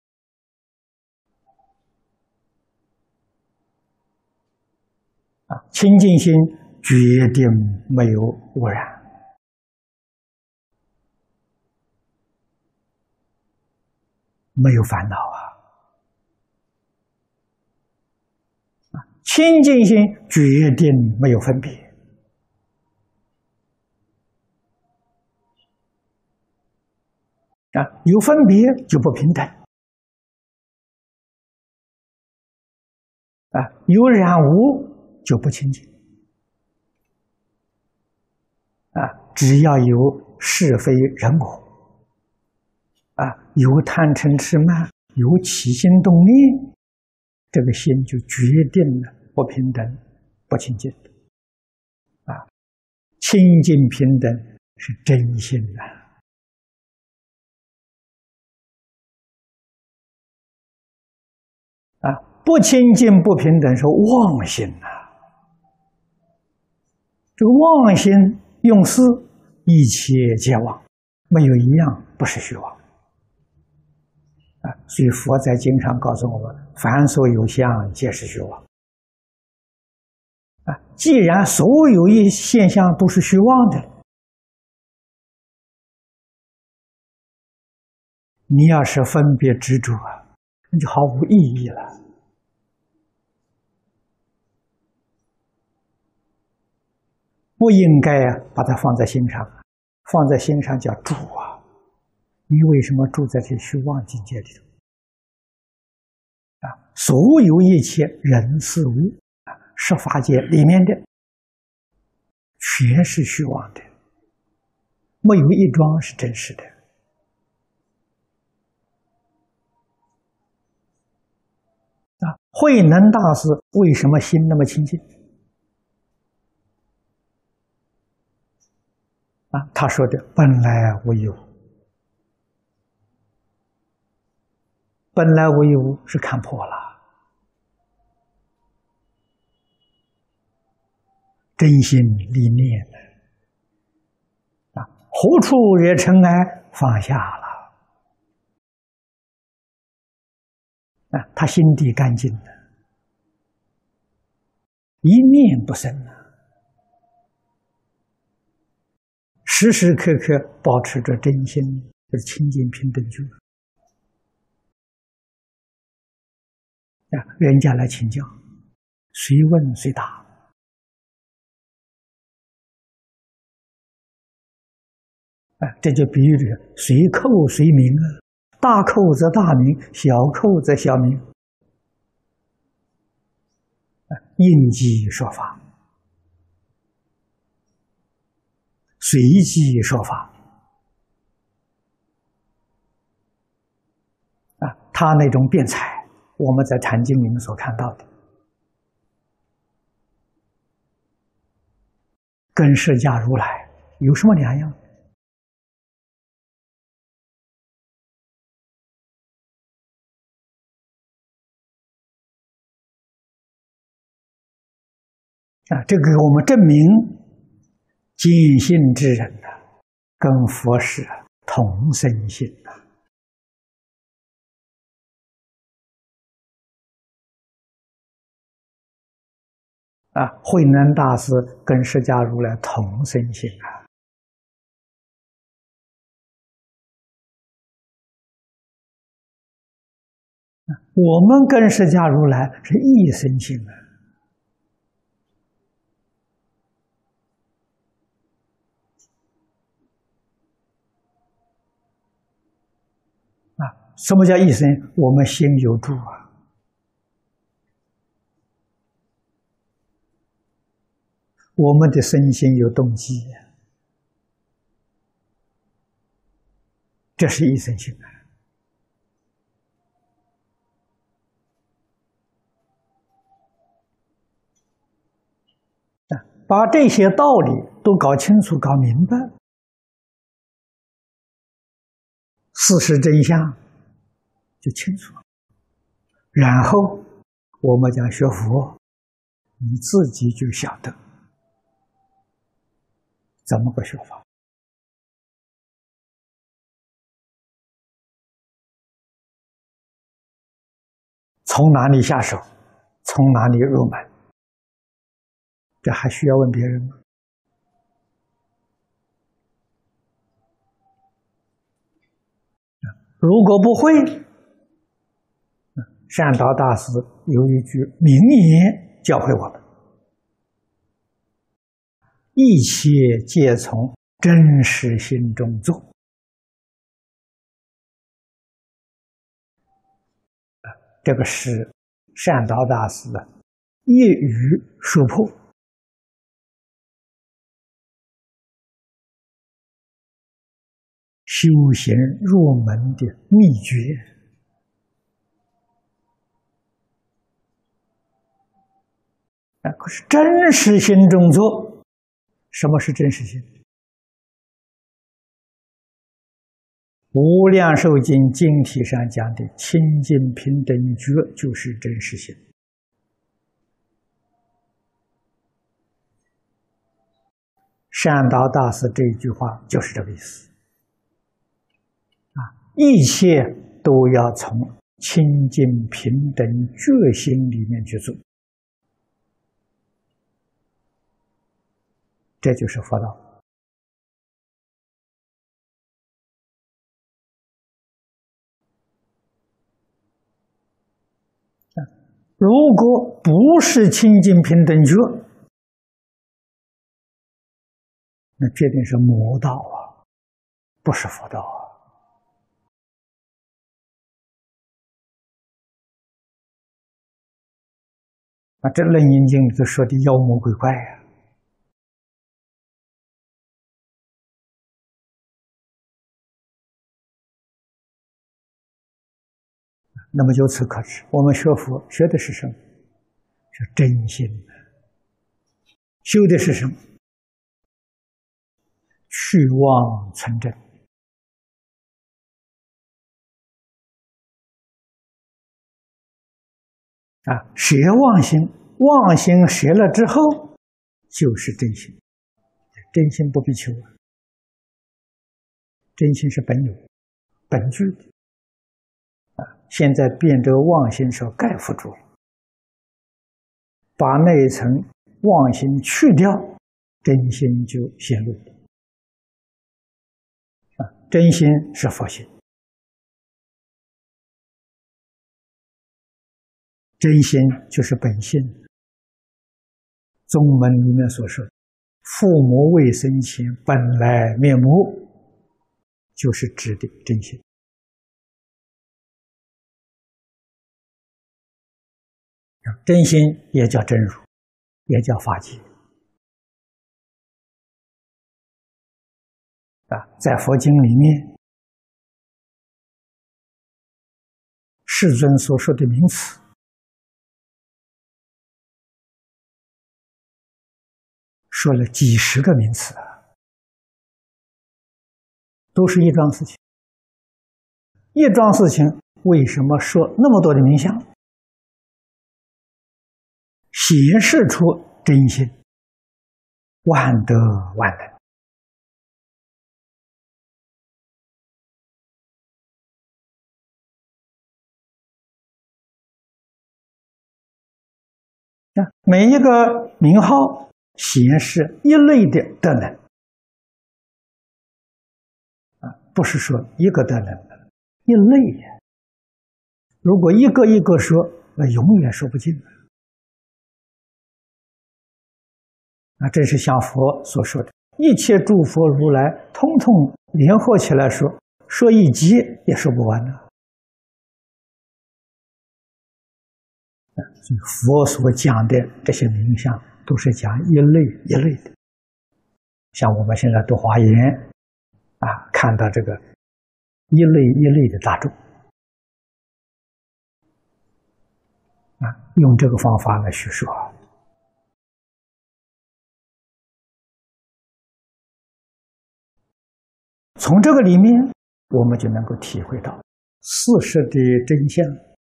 啊，清净心决定没有污染。没有烦恼啊！清净心决定没有分别啊，有分别就不平等啊，有染污就不清净啊，只要有是非人我。啊，有贪嗔痴慢，有起心动念，这个心就决定了不平等、不清净。啊，清净平等是真心呐。啊，不清净不平等是妄心呐。这个妄心用思，一切皆妄，没有一样不是虚妄。啊，所以佛在经上告诉我们：凡所有相，皆是虚妄。啊，既然所有一现象都是虚妄的，你要是分别执着啊，那就毫无意义了。不应该啊，把它放在心上，放在心上叫住啊。你为什么住在这虚妄境界里头？啊，所有一切人事物啊，十法界里面的，全是虚妄的，没有一桩是真实的。啊，慧能大师为什么心那么清净？啊，他说的本来无一物。本来无一物是看破了，真心立念了啊！何处惹尘埃？放下了啊！他心地干净了，一念不生了，时时刻刻保持着真心，就是清净平等觉。人家来请教，随问随答。啊，这就比喻着随叩随鸣啊，大叩则大鸣，小叩则小鸣。啊，应机说法，随机说法。啊，他那种辩才。我们在《禅经》里面所看到的， 跟释迦如来有什么两样？啊，这个给我们证明，见性之人呐、啊，跟佛是同生性啊。啊，慧能大师跟释迦如来同生性啊。我们跟释迦如来是异生性啊。啊，什么叫异生？我们心有住啊，我们的身心有动机，这是异生性啊。把这些道理都搞清楚、搞明白，事实真相就清楚了。然后我们讲学佛，你自己就晓得怎么个学法，从哪里下手，从哪里入门，这还需要问别人吗？如果不会，善导大师有一句名言教诲我们：一切皆从真实心中做。这个是善导大师的一语说破，修行入门的秘诀。啊，可是真实心中做，什么是真实心？无量寿经经题上讲的清净平等觉就是真实心。善导大师这一句话就是这个意思。啊，一切都要从清净平等觉心里面去做，这就是佛道。如果不是清净平等觉，那这定是魔道啊，不是佛道啊。啊，这《楞严经》里头说的妖魔鬼怪呀、啊，那么由此可知，我们学佛学的是什么？是真心。修的是什么？去妄存真。啊，舍妄心，妄心舍了之后，就是真心。真心不必求啊，真心是本有、本具的。啊，现在变这个妄心所盖覆住了，把那一层妄心去掉，真心就显露了。啊，真心是佛心。真心就是本性。宗门里面所说，父母未生前本来面目，就是指的真心。真心也叫真如，也叫法界。啊，在佛经里面，世尊所说的名词， 说了几十个名词啊，都是一桩事情。一桩事情为什么说那么多的名相？显示出真心，万德万能。啊，每一个名号显示一类的德能，啊，不是说一个德能，一类呀。如果一个一个说，那永远说不尽了。啊，这是像佛所说的，一切诸佛如来通通联合起来说，说一集也说不完了。所以佛所讲的这些名相，都是讲一类一类的。像我们现在读华严啊，看到这个一类一类的大众啊，用这个方法来叙述啊。从这个里面，我们就能够体会到事实的真相。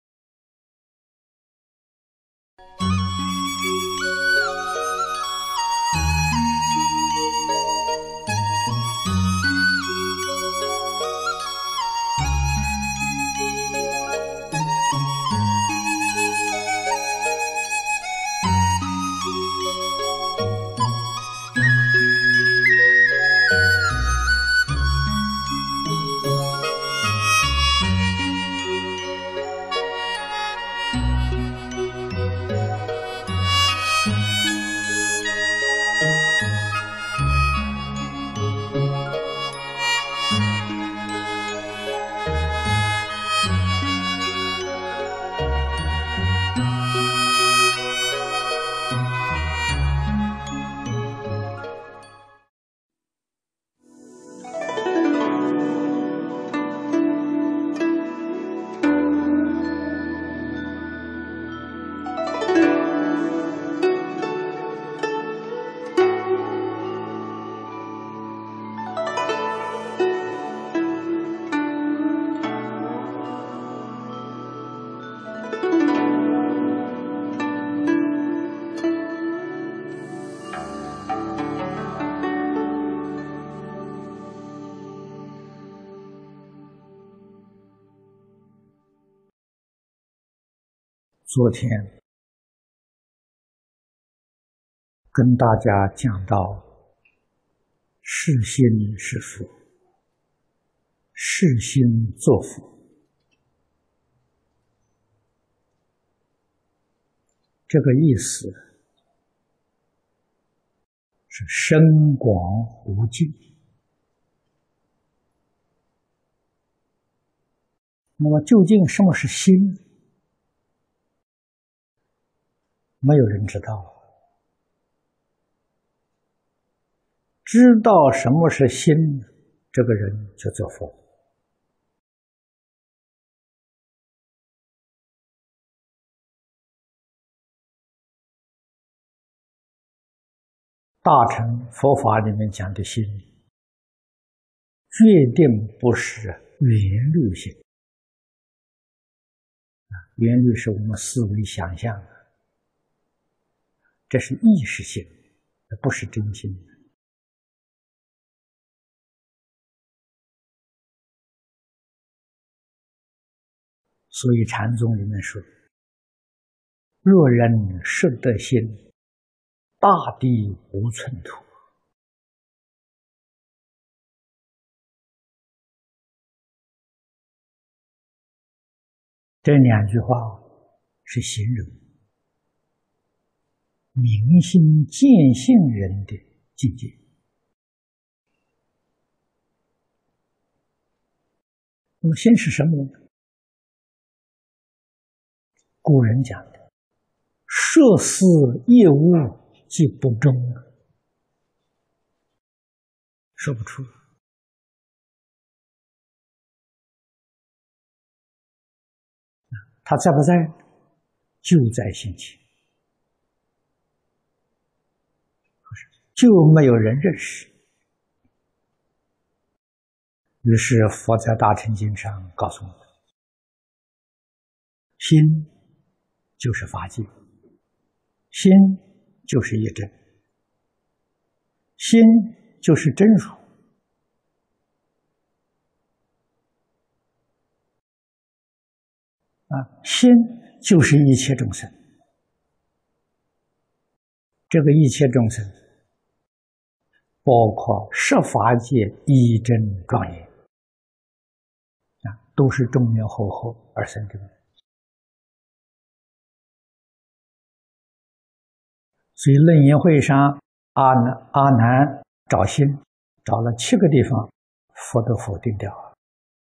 昨天跟大家讲到，是心是佛，是心作佛，这个意思是深广无尽。那么究竟什么是心？没有人知道。知道什么是心，这个人就做佛。大乘佛法里面讲的心，决定不是缘虑心。缘虑是我们思维想象的，这是意识性，不是真心。所以禅宗里面说，若人识得心，大地无寸土。这两句话是形容明心见性人的境界。那么心是什么呢？古人讲的，涉思业物即不中，说不出。他在不在？就在心前。 就没有人认识。于是佛在大乘经上告诉我们：心就是法界，心就是一真，心就是真如。啊，心就是一切众生。这个一切众生，包括十法界一真庄严，啊，都是中年厚厚而生的。所以楞严会上，阿难阿难找心，找了七个地方，佛都否定掉了。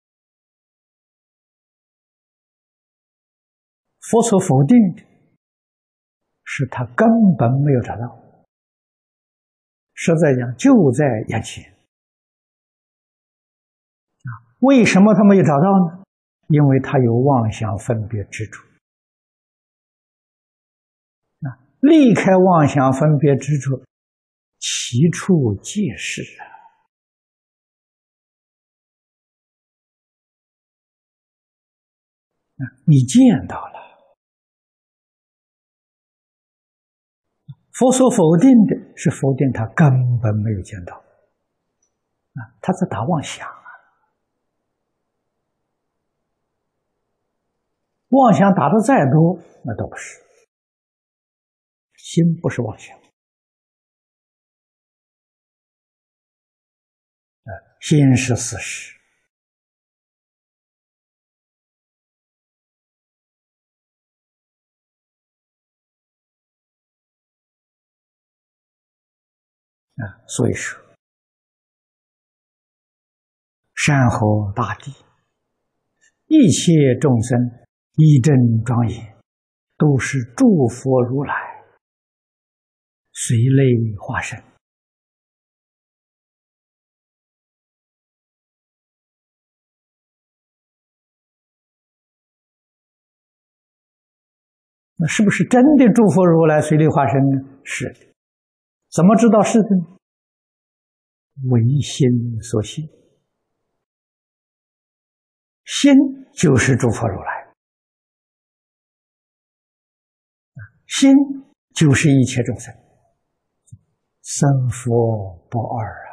佛所否定的，是他根本没有找到。实在讲，就在眼前。啊，为什么他没有找到呢？因为他有妄想分别执着。啊，离开妄想分别执着，其处皆是啊。啊，你见到了。佛所否定的是否定他根本没有见到，啊，他在打妄想啊，妄想打的再多，那都不是，心不是妄想，啊，心是事实。啊，所以说，山河大地，一切众生一真庄严，都是诸佛如来随类化身。那是不是真的诸佛如来随类化身呢？是的。怎么知道是的呢？唯心所现，心就是诸佛如来，心就是一切众生，生佛不二啊！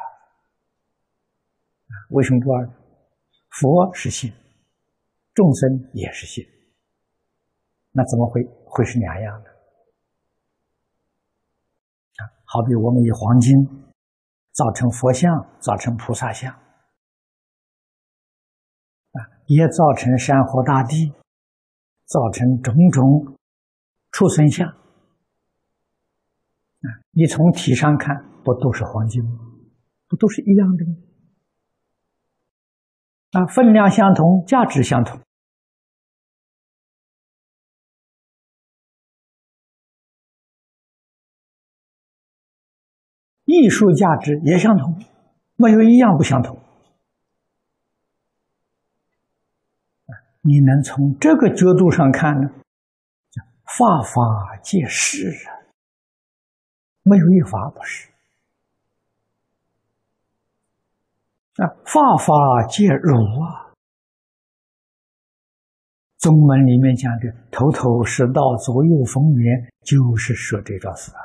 为什么不二？佛是心，众生也是心，那怎么会会是两样的？啊，好比我们以黄金造成佛像，造成菩萨像，啊，也造成山河大地，造成种种畜生像，啊，你从体上看，不都是黄金吗？不都是一样的吗？啊，分量相同，价值相同。艺术价值也相同，没有一样不相同。你能从这个角度上看呢？法法皆是啊，没有一法不是。啊，法法皆如啊。宗门里面讲的头头是道，左右逢源，就是说这桩事啊。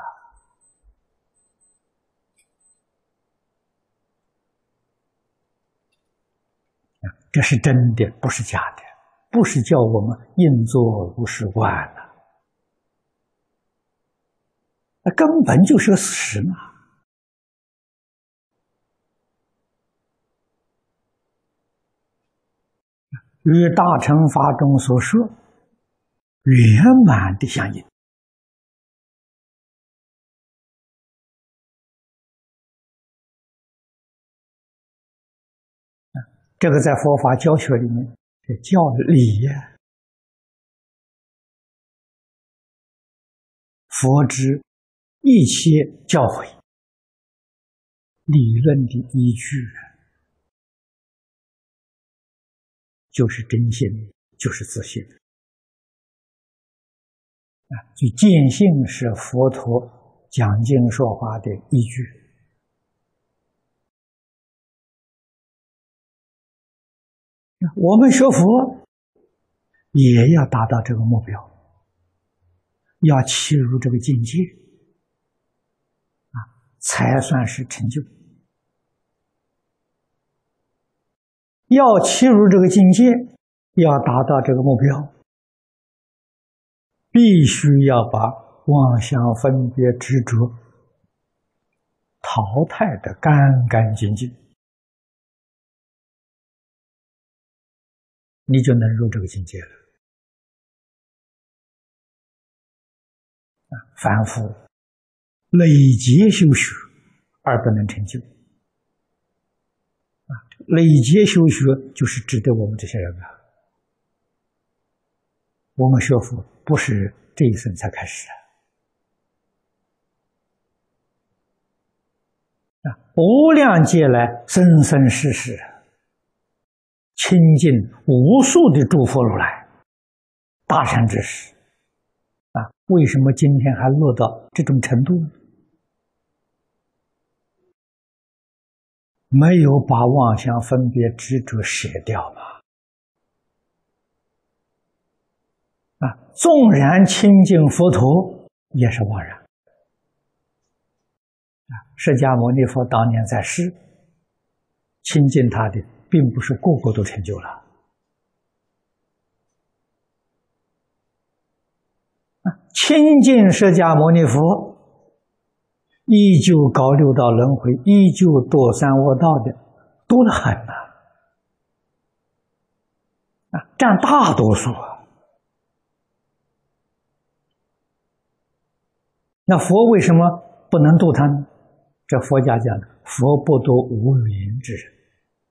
这是真的，不是假的，不是叫我们硬做如是观了，那根本就是个事实嘛。与大乘法中所说圆满的相应。这个在佛法教学里面叫理呀，佛之一切教诲理论的依据，就是真心，就是自信啊。所以见性是佛陀讲经说法的依据。 我们学佛也要达到这个目标，要契入这个境界啊，才算是成就。要契入这个境界，要达到这个目标，必须要把妄想分别执着淘汰得干干净净，你就能入这个境界了。凡夫累劫修学而不能成就，啊，累劫修学就是指的我们这些人啊。我们学佛不是这一生才开始啊，无量劫来生生世世亲近无数的诸佛如来、大善知识啊，为什么今天还落到这种程度呢？没有把妄想分别执着舍掉嘛。啊，纵然亲近佛陀，也是妄然。啊，释迦牟尼佛当年在世，亲近他的，并不是个个都成就了。啊，亲近释迦牟尼佛，依旧搞六道轮回，依旧堕三恶道的，多得很呐！啊，占大多数啊。那佛为什么不能度他呢？这佛家讲的，佛不度无缘之人。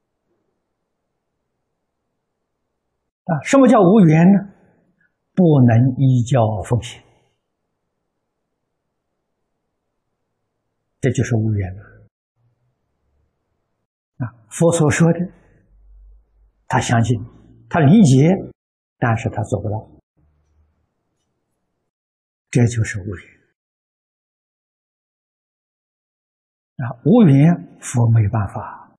啊，什么叫无缘呢？不能依教奉行，这就是无缘了。啊，佛所说的，他相信，他理解，但是他做不到，这就是无缘。啊，无缘佛没办法。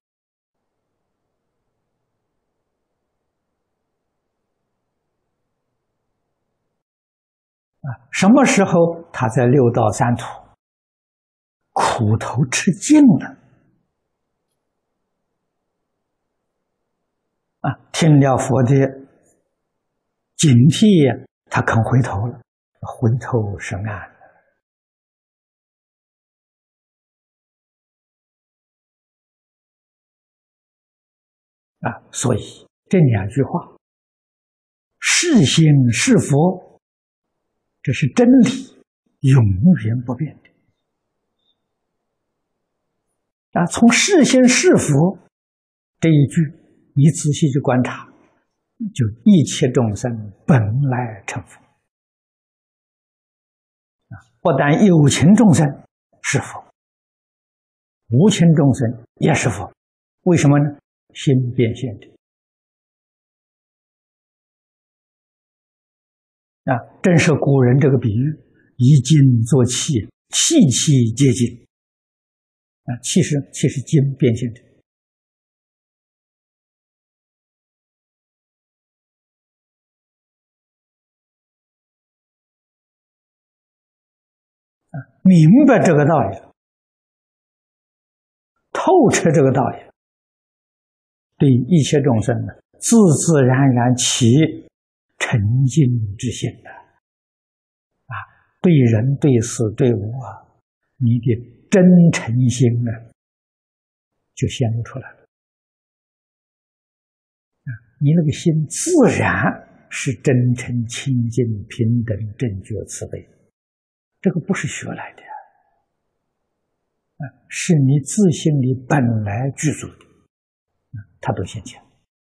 啊，什么时候他在六道三途苦头吃尽了？啊，听了佛的警惕，他肯回头了，回头是岸。啊，所以这两句话，是心是佛，这是真理，永远不变的。啊，从是心是佛这一句，你仔细去观察，就一切众生本来成佛。啊，不但有情众生是佛，无情众生也是佛。为什么呢？心变现的。啊，正是古人这个比喻，以精作气，气气皆精。啊，气是气是精变现的。啊，明白这个道理，透彻这个道理，对一切众生呢，自自然然起沉静之心的。啊，对人对事对物啊，你的真诚心呢，就显露出来了。啊，你那个心自然是真诚、清净、平等、正觉、慈悲，这个不是学来的，啊，是你自心里本来具足的，啊，它都现前。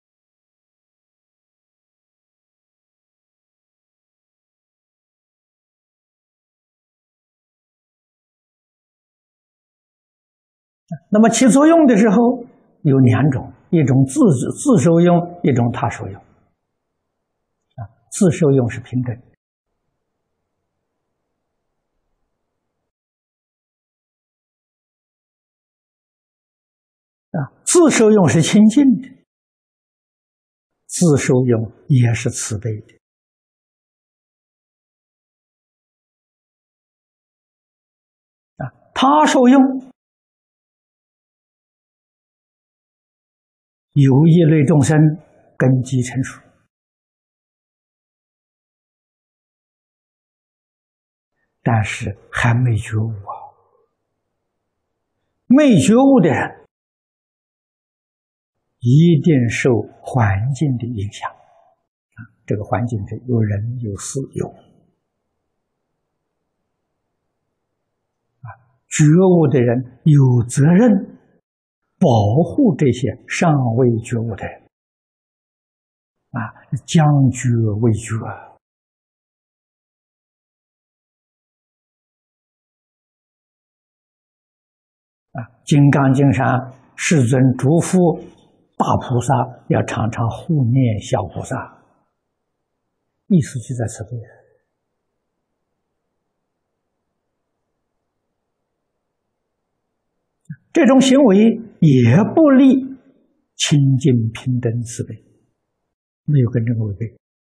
那么起作用的时候有两种，一种自自受用，一种他受用。啊，自受用是平等的。啊，自受用是清净的。 自受用也是慈悲的。啊，他受用有一类众生根基成熟，但是还没觉悟啊。没觉悟的人一定受环境的影响啊，这个环境是有人有事有物啊，觉悟的人有责任保护这些尚未觉悟的人啊，将觉为觉啊，《金刚经》上世尊嘱咐大菩萨要常常护念小菩萨，意思就在此地。这种行为也不利清净平等慈悲，没有跟这个违背，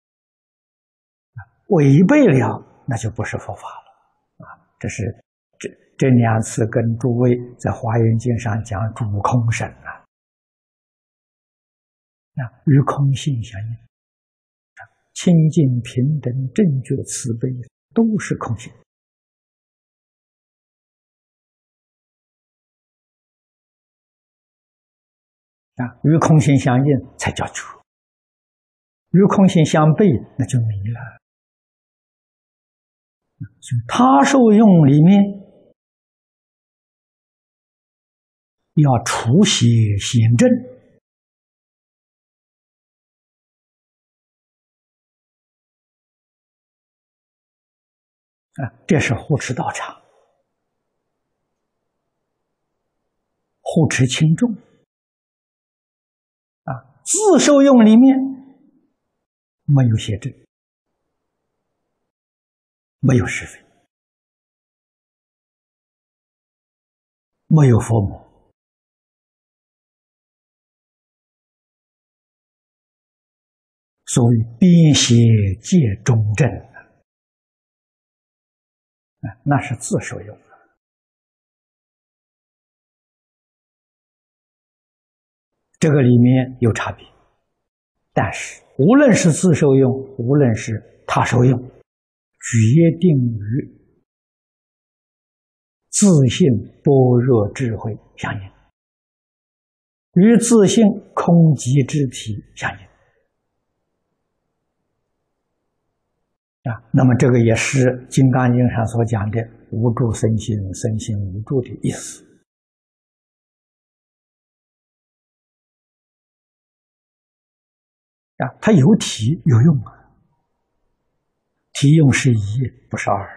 违背了那就不是佛法了啊！这是这这两次跟诸位在《华严经》上讲主空神啊，啊，与空性相应，清净平等正觉慈悲都是空性。啊，与空性相应才叫觉，与空性相悖那就迷了。所以他受用里面要除邪显正啊，这是护持道场，护持轻重啊，自受用里面没有邪正，没有是非，没有佛母，所谓边邪界中正啊，那是自受用。这个里面有差别，但是无论是自受用，无论是他受用，决定与自性般若智慧相应，与自性空寂之体相应啊。那么这个也是《金刚经》上所讲的无住生心，生心无住的意思。啊，它有体有用啊，体用是一，不是二。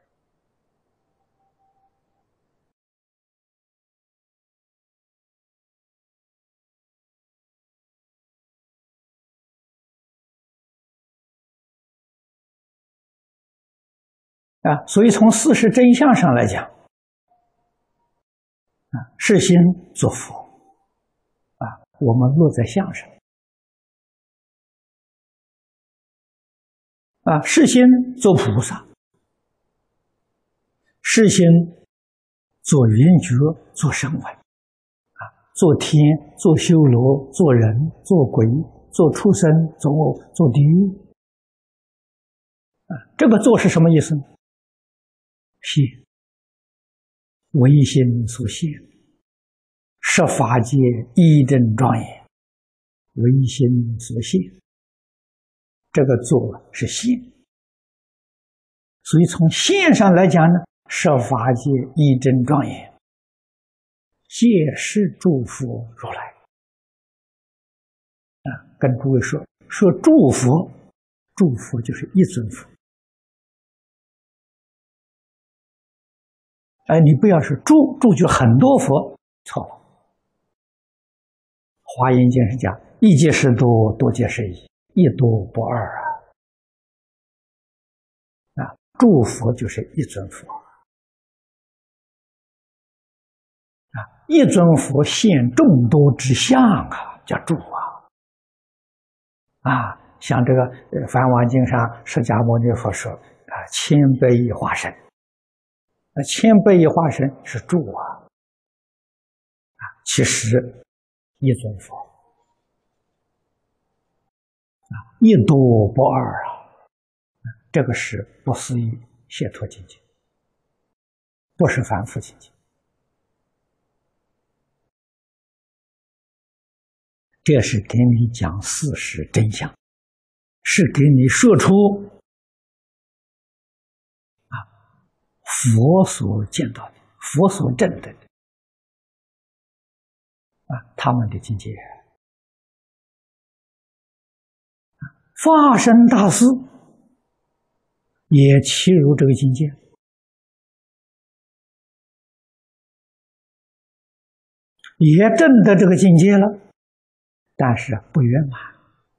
啊，所以从事实真相上来讲，啊，是心作佛，啊，我们落在相上。啊，是心做菩萨，是心做圆觉，做声闻，啊，做天，做修罗，做人，做鬼，做畜生，做做地狱，啊，这个做是什么意思呢？现，唯心所现，十法界一真庄严，唯心所现。这个做是现，所以从现上来讲呢，十法界一真庄严，皆是诸佛如来啊。跟诸位说，说诸佛，诸佛就是一尊佛。哎，你不要说诸，诸就很多佛，错了。华严经是讲一即是多，多即是一，一多不二啊。啊，诸佛就是一尊佛啊，一尊佛现众多之相啊，叫诸啊。 啊，像这个呃《梵网经》上，释迦牟尼佛说啊，千百亿化身，那千百亿化身是住啊，啊，其实一尊佛啊，一多不二啊，这个是不思议解脱境界，不是凡夫境界。这是给你讲事实真相，是给你说出啊佛所见到的、佛所证的啊他们的境界。法身大师也契入这个境界，也证得这个境界了，但是不圆满。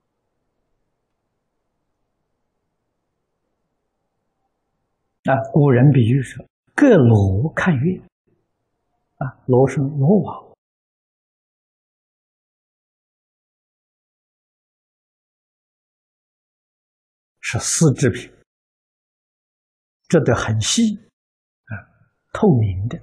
啊，古人比喻说，各罗看月，啊，罗是罗网，是丝制品，织得很细，啊，透明的，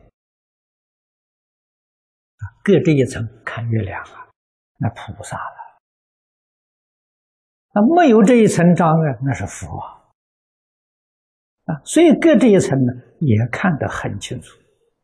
啊，隔这一层看月亮啊，那菩萨了。那没有这一层障碍，那是佛啊。啊，所以隔这一层呢，也看得很清楚。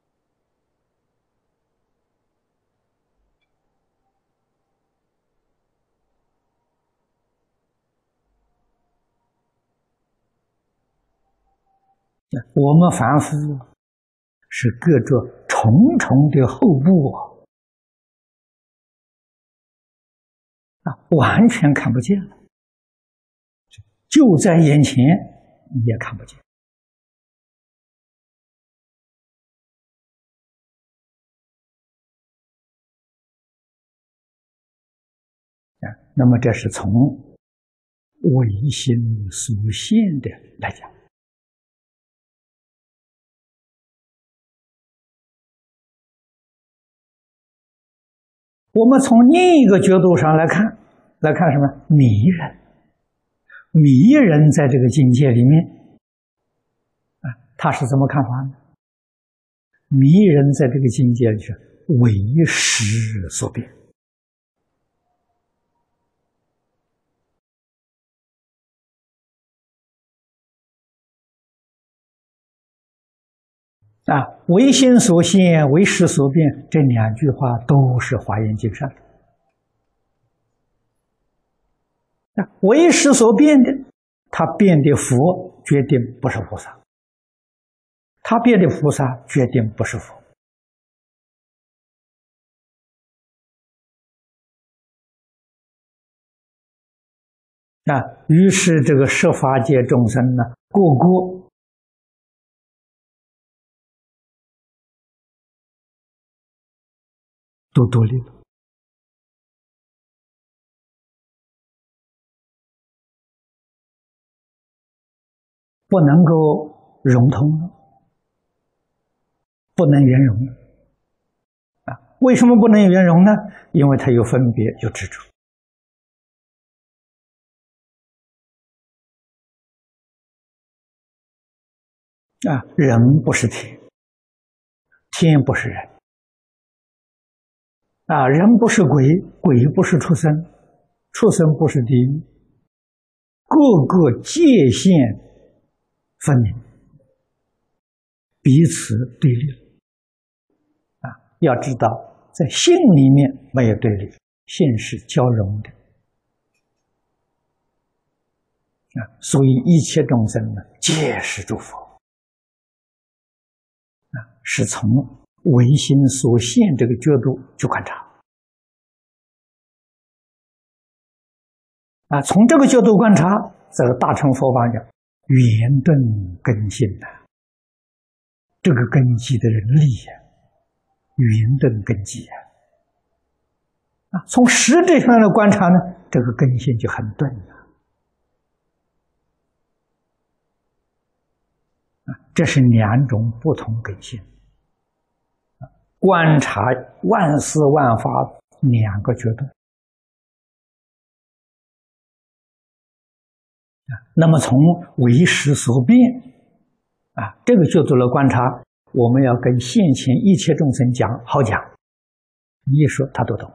我们凡夫是隔着重重的厚布啊，完全看不见了，就在眼前也看不见。啊，那么这是从唯心所现的来讲。我们从另一个角度上来看，来看什么？迷人，迷人在这个境界里面，啊，他是怎么看法呢？迷人在这个境界里是为识所变。啊，唯心所现，为识所变，这两句话都是华严经上的。啊，为识所变的，他变的佛决定不是菩萨，他变的菩萨决定不是佛。啊，于是这个十法界众生呢，个个都独立了，不能够融通了，不能圆融了。啊，为什么不能圆融呢？因为它有分别，有执着。啊，人不是天，天不是人。啊，人不是鬼，鬼不是畜生，畜生不是地狱，各个界限分明，彼此对立。啊，要知道，在性里面没有对立，性是交融的。啊，所以一切众生呢，皆是诸佛。啊，是从唯心所现这个角度去观察。啊，从这个角度观察，这个大乘佛法讲圆顿根性呐、啊，这个根基的人力呀、啊，圆顿根基呀、啊。啊，从实质上的观察呢，这个根性就很钝了。啊，这是两种不同根性。啊，观察万事万法两个角度。 那么从为识所变啊，这个角度来观察，我们要跟现前一切众生讲好讲，你一说他都懂。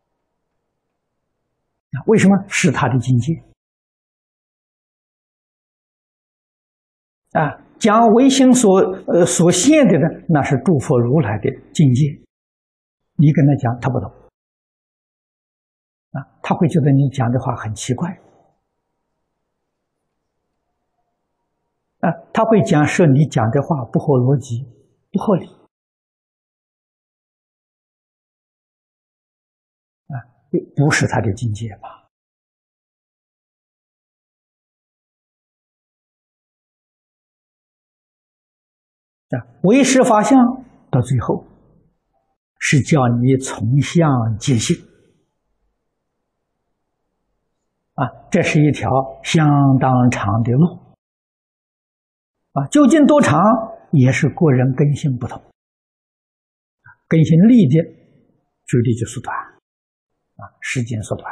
为什么？是他的境界啊！讲唯心所呃所现的呢，那是诸佛如来的境界。你跟他讲，他不懂啊，他会觉得你讲的话很奇怪啊，他会讲说你讲的话不合逻辑、不合理啊，不是他的境界吧？啊，唯识法相到最后是叫你从相见性啊，这是一条相当长的路啊，究竟多长也是个人根性不同，根性利的距离就缩短啊，时间缩短；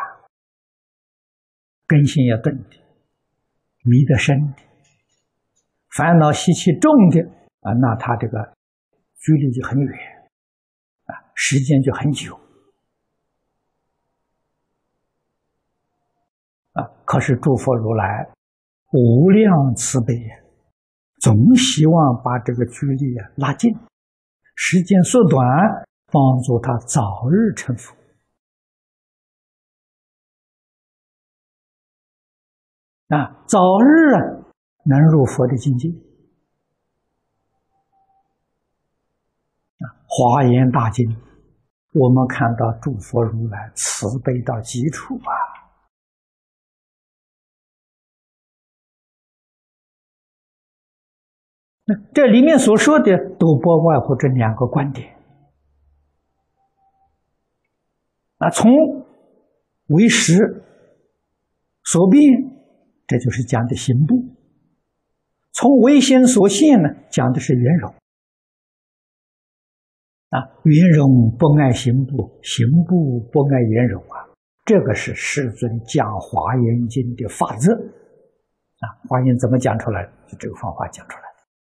根性要钝的、迷得深的、烦恼习气重的啊，那他这个距离就很远啊，时间就很久啊。可是诸佛如来无量慈悲，总希望把这个距离啊拉近，时间缩短，帮助他早日成佛啊，早日啊能入佛的境界。华严大经，我们看到诸佛如来慈悲到极处啊！那这里面所说的都不外乎这两个观点啊，从为识所变，这就是讲的行部；从唯心所现呢，讲的是圆融。啊，圆融不爱行部，行部不爱圆融啊，这个是世尊讲《华严经》的法则啊。华严怎么讲出来？就这个方法讲出来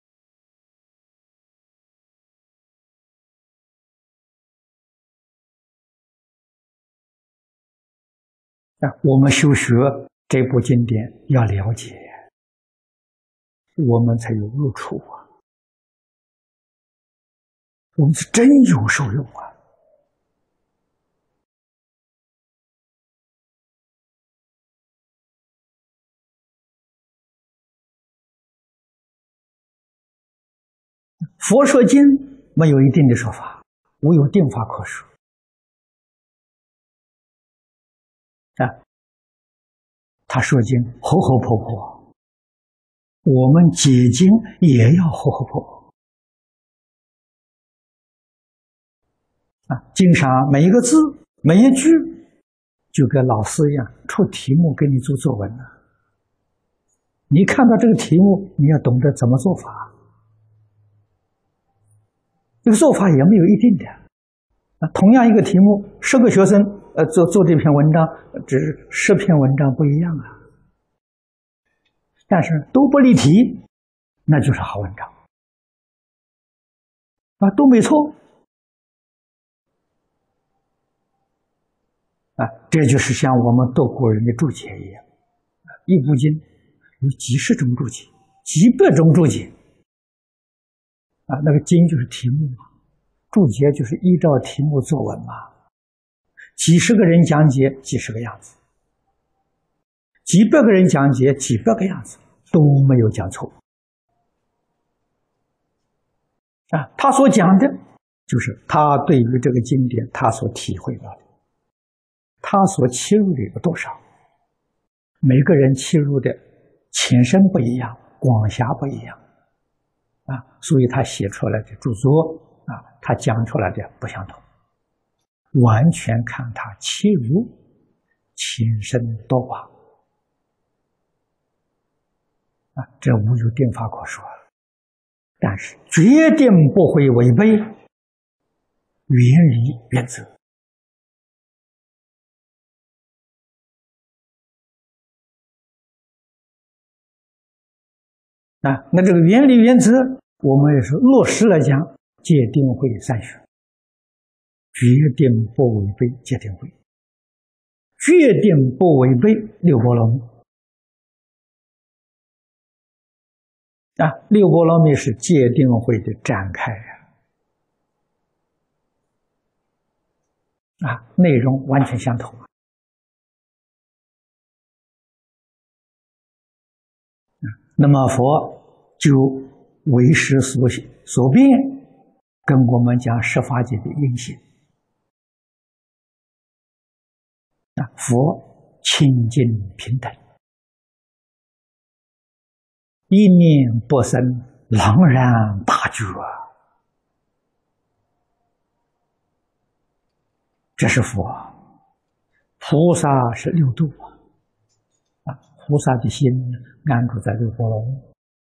的啊。我们修学这部经典要了解，我们才有入处啊，我们是真有受用啊。佛说经没有一定的说法，无有定法可说啊。他说经活活泼泼，我们解经也要活活泼泼啊。经上每一个字每一句，就跟老师一样出题目给你做作文了。你看到这个题目，你要懂得怎么做法。这个做法也没有一定的啊。同样一个题目，十个学生呃做做这篇文章，只是十篇文章不一样啊。但是都不离题，那就是好文章啊，都没错啊。这就是像我们读古人的注解一样，一部经有几十种注解，几百种注解啊。那个经就是题目嘛，注解就是依照题目作文嘛。几十个人讲解几十个样子，几百个人讲解几百个样子，都没有讲错啊。他所讲的就是他对于这个经典他所体会到的，他所切入的有多少。每个人切入的浅深不一样，广狭不一样啊，所以他写出来的著作啊，他讲出来的不相同，完全看他切入浅深多广啊，这无有定法可说，但是决定不会违背原理原则。 啊，那这个原理原则，我们也是落实来讲，戒定慧三学，决定不违背戒定慧，决定不违背六波罗蜜。啊，六波罗蜜是戒定慧的展开呀，啊，内容完全相同。那么佛就为识所所变，跟我们讲十法界的因性。啊，佛清净平等，一念不生，朗然大觉，这是佛。菩萨是六度啊，菩萨的心安住在六波罗蜜。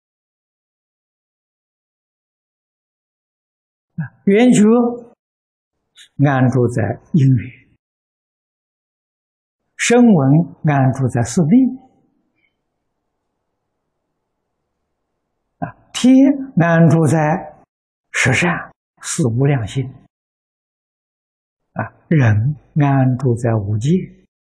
啊，圆觉安住在因缘，声闻安住在四谛，啊，天安住在十善四无量心，啊，人安住在五界。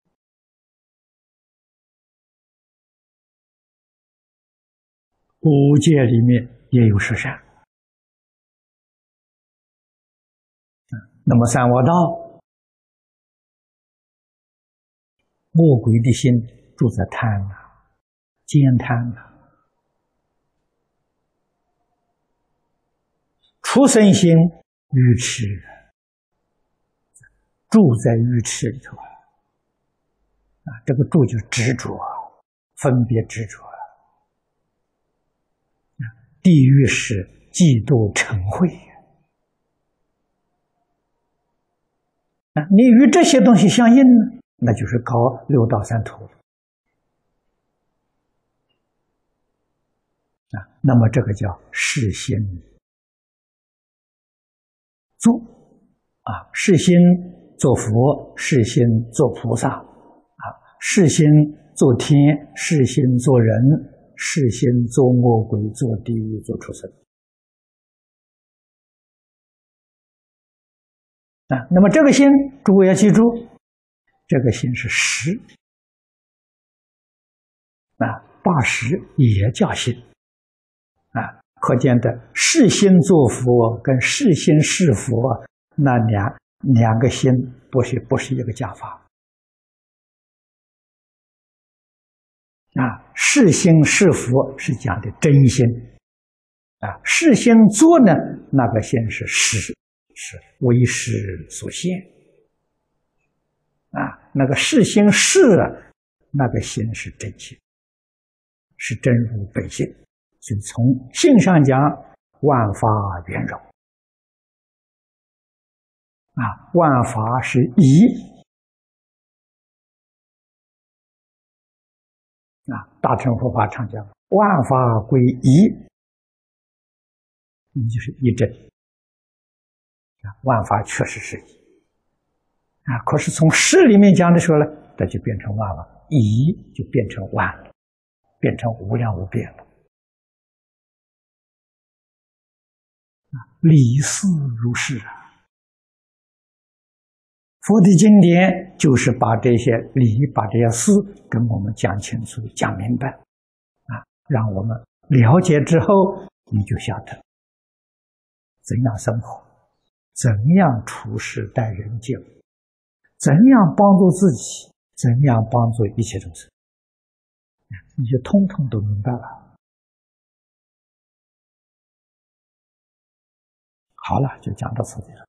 五界里面也有十善。那么三恶道，魔鬼的心住在贪啊、奸贪啊；畜生心愚痴，住在愚痴里头啊。啊，这个住就是执着，分别执着。地狱是嫉妒嗔恚啊，你与这些东西相应呢，那就是搞六道三途啊。那么这个叫世心做啊，世心做佛，世心做菩萨啊，世心做天，世心做人，世心做魔鬼，做地狱，做畜生啊。那么这个心，诸位要记住，这个心是识啊，八识也叫心啊。可见的世心做佛跟世心是佛，那两两个心不是不是一个讲法啊。世心是佛是讲的真心啊，世心作呢，那个心是识，是为识所现啊。那个世心是那个心是真心，是真如本性。所以从性上讲，万法圆融啊，万法是一啊。大乘佛法常讲，万法归一，一就是一真啊。万法确实是一啊，可是从识里面讲的时候呢，它就变成万了，一就变成万了，变成无量无边了。理事如是啊，佛的经典就是把这些理、把这些事跟我们讲清楚、讲明白啊，让我们了解之后，你就晓得怎样生活，怎样处事待人接物，怎样帮助自己，怎样帮助一切众生，你就通通都明白了。好了，就讲到此地了。